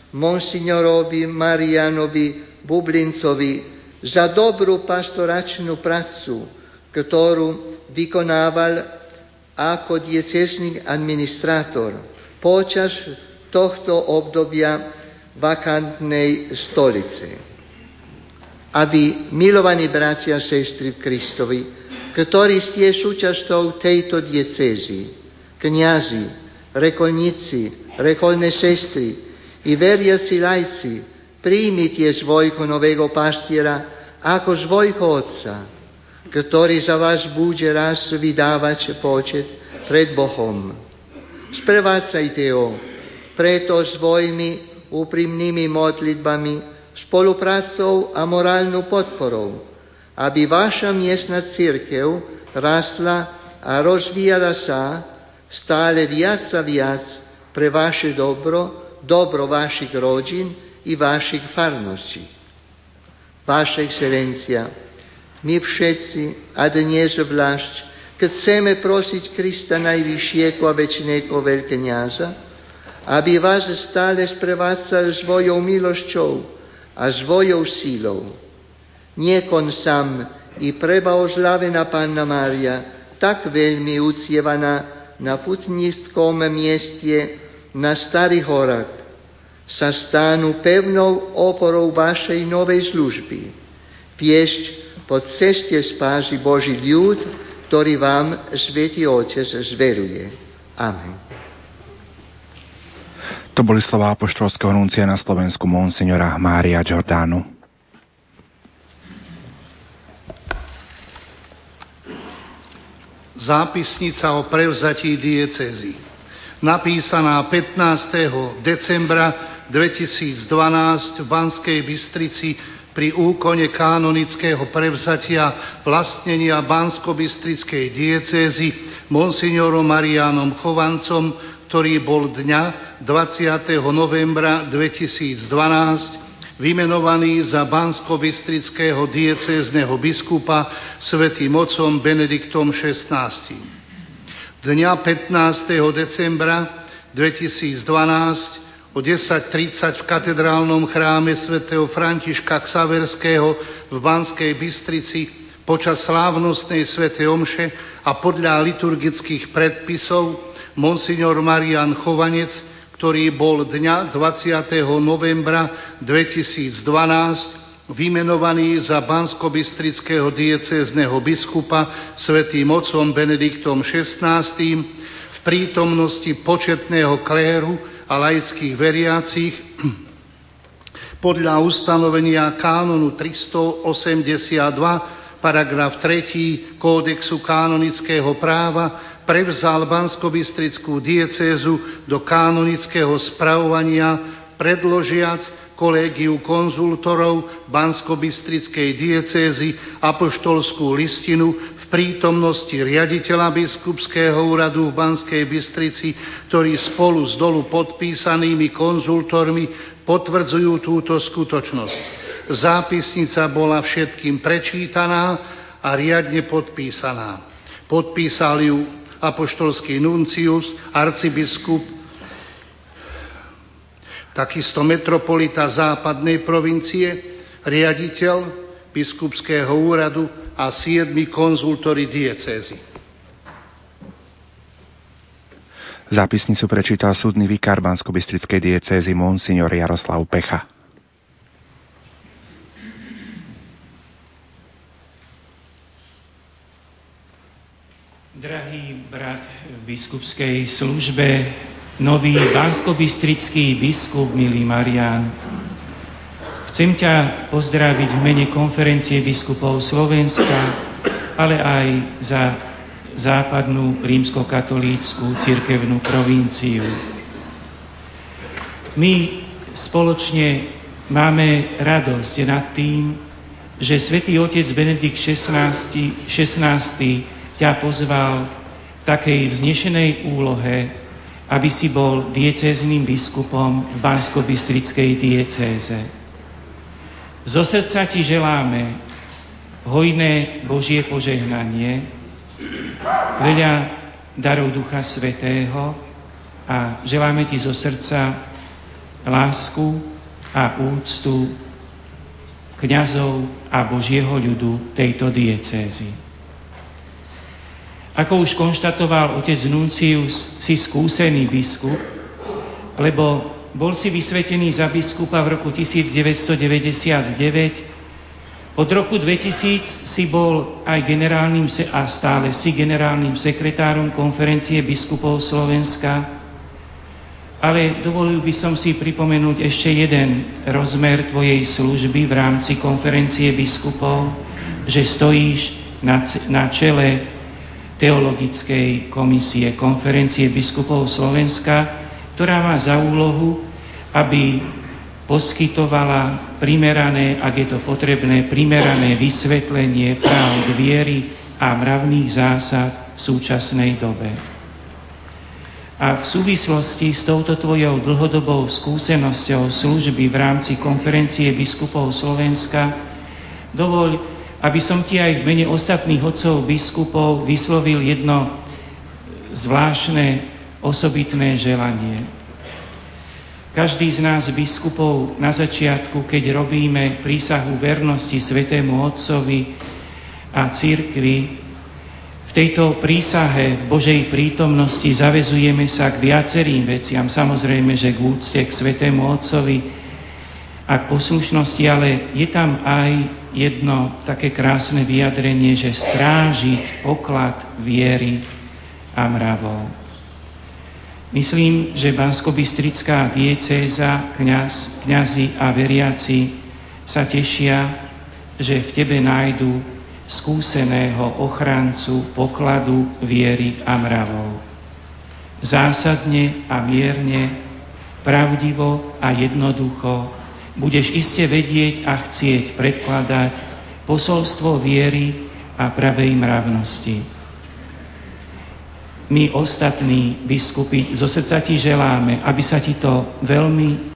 monsignorovi Marianovi Bublincovi za dobrú pastoračnú prácu, ktorú vykonával ako diecézny administrátor počas tohto obdobia vakantnej stolice. A vy, milovaní bratia a sestry v Kristovi, ktorí ste súčasťou tejto diecézy, kňazi, rekolníci, rekolné sestry i veriaci laici, príjmite svojho nového pastiera ako svojho otca, ktorý za vás bude raz vydávať počet pred Bohom. Sprevádzajte ho preto svojimi úprimnými modlitbami, spoluprácou a morálnou podporou, aby vaša miestna cirkev rastla a rozvíjala sa stále viac a viac pre vaše dobro, dobro vašich rodín i vašich farností. Vaša excelencia, my všetci, a dnes zvlášť, chceme prosiť Krista Najvyššieho a večného veľkňaza, aby vás stále sprevádzal svojou milosťou a svojou sílou. Niech on sám i preblahoslavená Panna Mária, tak veľmi uctievaná na putníckom mieste na Starých horách, sa stanú pevnou oporou vašej novej služby. Viesť po ceste spásy Boží ľud, ktorý vám Svätý Otec zveruje. Amen. To boli slová apoštolského nuncia na Slovensku monsignora Mária Giordanu. Zápisnica o prevzatí diecézy. Napísaná pätnásteho decembra dvetisícdvanásť v Banskej Bystrici pri úkone kanonického prevzatia vlastnenia Banskobystrickej diecézy monsignorom Mariánom Chovancom, ktorý bol dňa dvadsiateho novembra dvetisícdvanásť vymenovaný za banskobystrického diecézneho biskupa svätým otcom Benediktom šestnástym. Dňa pätnásteho decembra dvetisícdvanásť o desať tridsať v katedrálnom chráme svätého Františka Xaverského v Banskej Bystrici počas slávnostnej svätej omše a podľa liturgických predpisov monsignor Marián Chovanec, ktorý bol dňa dvadsiateho novembra dvetisícdvanásť vymenovaný za banskobystrického diecézneho biskupa svätým otcom Benediktom šestnástym v prítomnosti početného kléru a laických veriacich podľa ustanovenia kánonu tristoosemdesiatdva paragraf tretí Kódexu kanonického práva prevzal banskobystrickú diecézu do kanonického spravovania, predložiac kolégiu konzultorov banskobystrickej diecézy apoštolskú listinu v prítomnosti riaditeľa biskupského úradu v Banskej Bystrici, ktorí spolu s dolu podpísanými konzultormi potvrdzujú túto skutočnosť. Zápisnica bola všetkým prečítaná a riadne podpísaná. Podpísal ju apoštolský nuncius, arcibiskup, takisto metropolita západnej provincie, riaditeľ biskupského úradu a siedmi konzultori diecézy. Zápisnicu prečítal súdny vikár banskobystrickej diecézy monsignor Jaroslav Pecha. Drahý brat v biskupskej službe, nový banskobystrický biskup, milý Marián, chcem ťa pozdraviť v mene konferencie biskupov Slovenska, ale aj za západnú rímskokatolícku cirkevnú provinciu. My spoločne máme radosť nad tým, že svätý otec Benedikt šestnásty ťa pozval v takej vznešenej úlohe, aby si bol diecézným biskupom v banskobystrickej diecéze. Zo srdca ti želáme hojné Božie požehnanie, veľa darov Ducha Svätého a želáme ti zo srdca, lásku a úctu kňazov a Božieho ľudu tejto diecézy. Ako už konštatoval otec Nuncius, si skúsený biskup, lebo bol si vysvetený za biskupa v roku tisícdeväťstodeväťdesiatdeväť. Od roku dvetisíc si bol aj generálnym a stále si generálnym sekretárom Konferencie biskupov Slovenska. Ale dovolil by som si pripomenúť ešte jeden rozmer tvojej služby v rámci Konferencie biskupov, že stojíš na, na čele Teologickej komisie Konferencie biskupov Slovenska, ktorá má za úlohu, aby poskytovala primerané, ak je to potrebné, primerané vysvetlenie práv viery a mravných zásad v súčasnej dobe. A v súvislosti s touto tvojou dlhodobou skúsenosťou služby v rámci Konferencie biskupov Slovenska dovoľ, aby som ti aj v mene ostatných otcov biskupov vyslovil jedno zvláštne osobitné želanie. Každý z nás biskupov na začiatku, keď robíme prísahu vernosti Svätému Otcovi a cirkvi, v tejto prísahe v Božej prítomnosti zavezujeme sa k viacerým veciam, samozrejme, že k úcte k Svätému Otcovi a k poslušnosti, ale je tam aj jedno také krásne vyjadrenie, že strážiť poklad viery a mravov. Myslím, že Banskobystrická diecéza, kňaz, kňazi a veriaci sa tešia, že v tebe nájdu skúseného ochrancu pokladu viery a mravov. Zásadne a mierne, pravdivo a jednoducho budeš iste vedieť a chcieť predkladať posolstvo viery a pravej mravnosti. My ostatní biskupy zo srdca ti želáme, aby sa ti to veľmi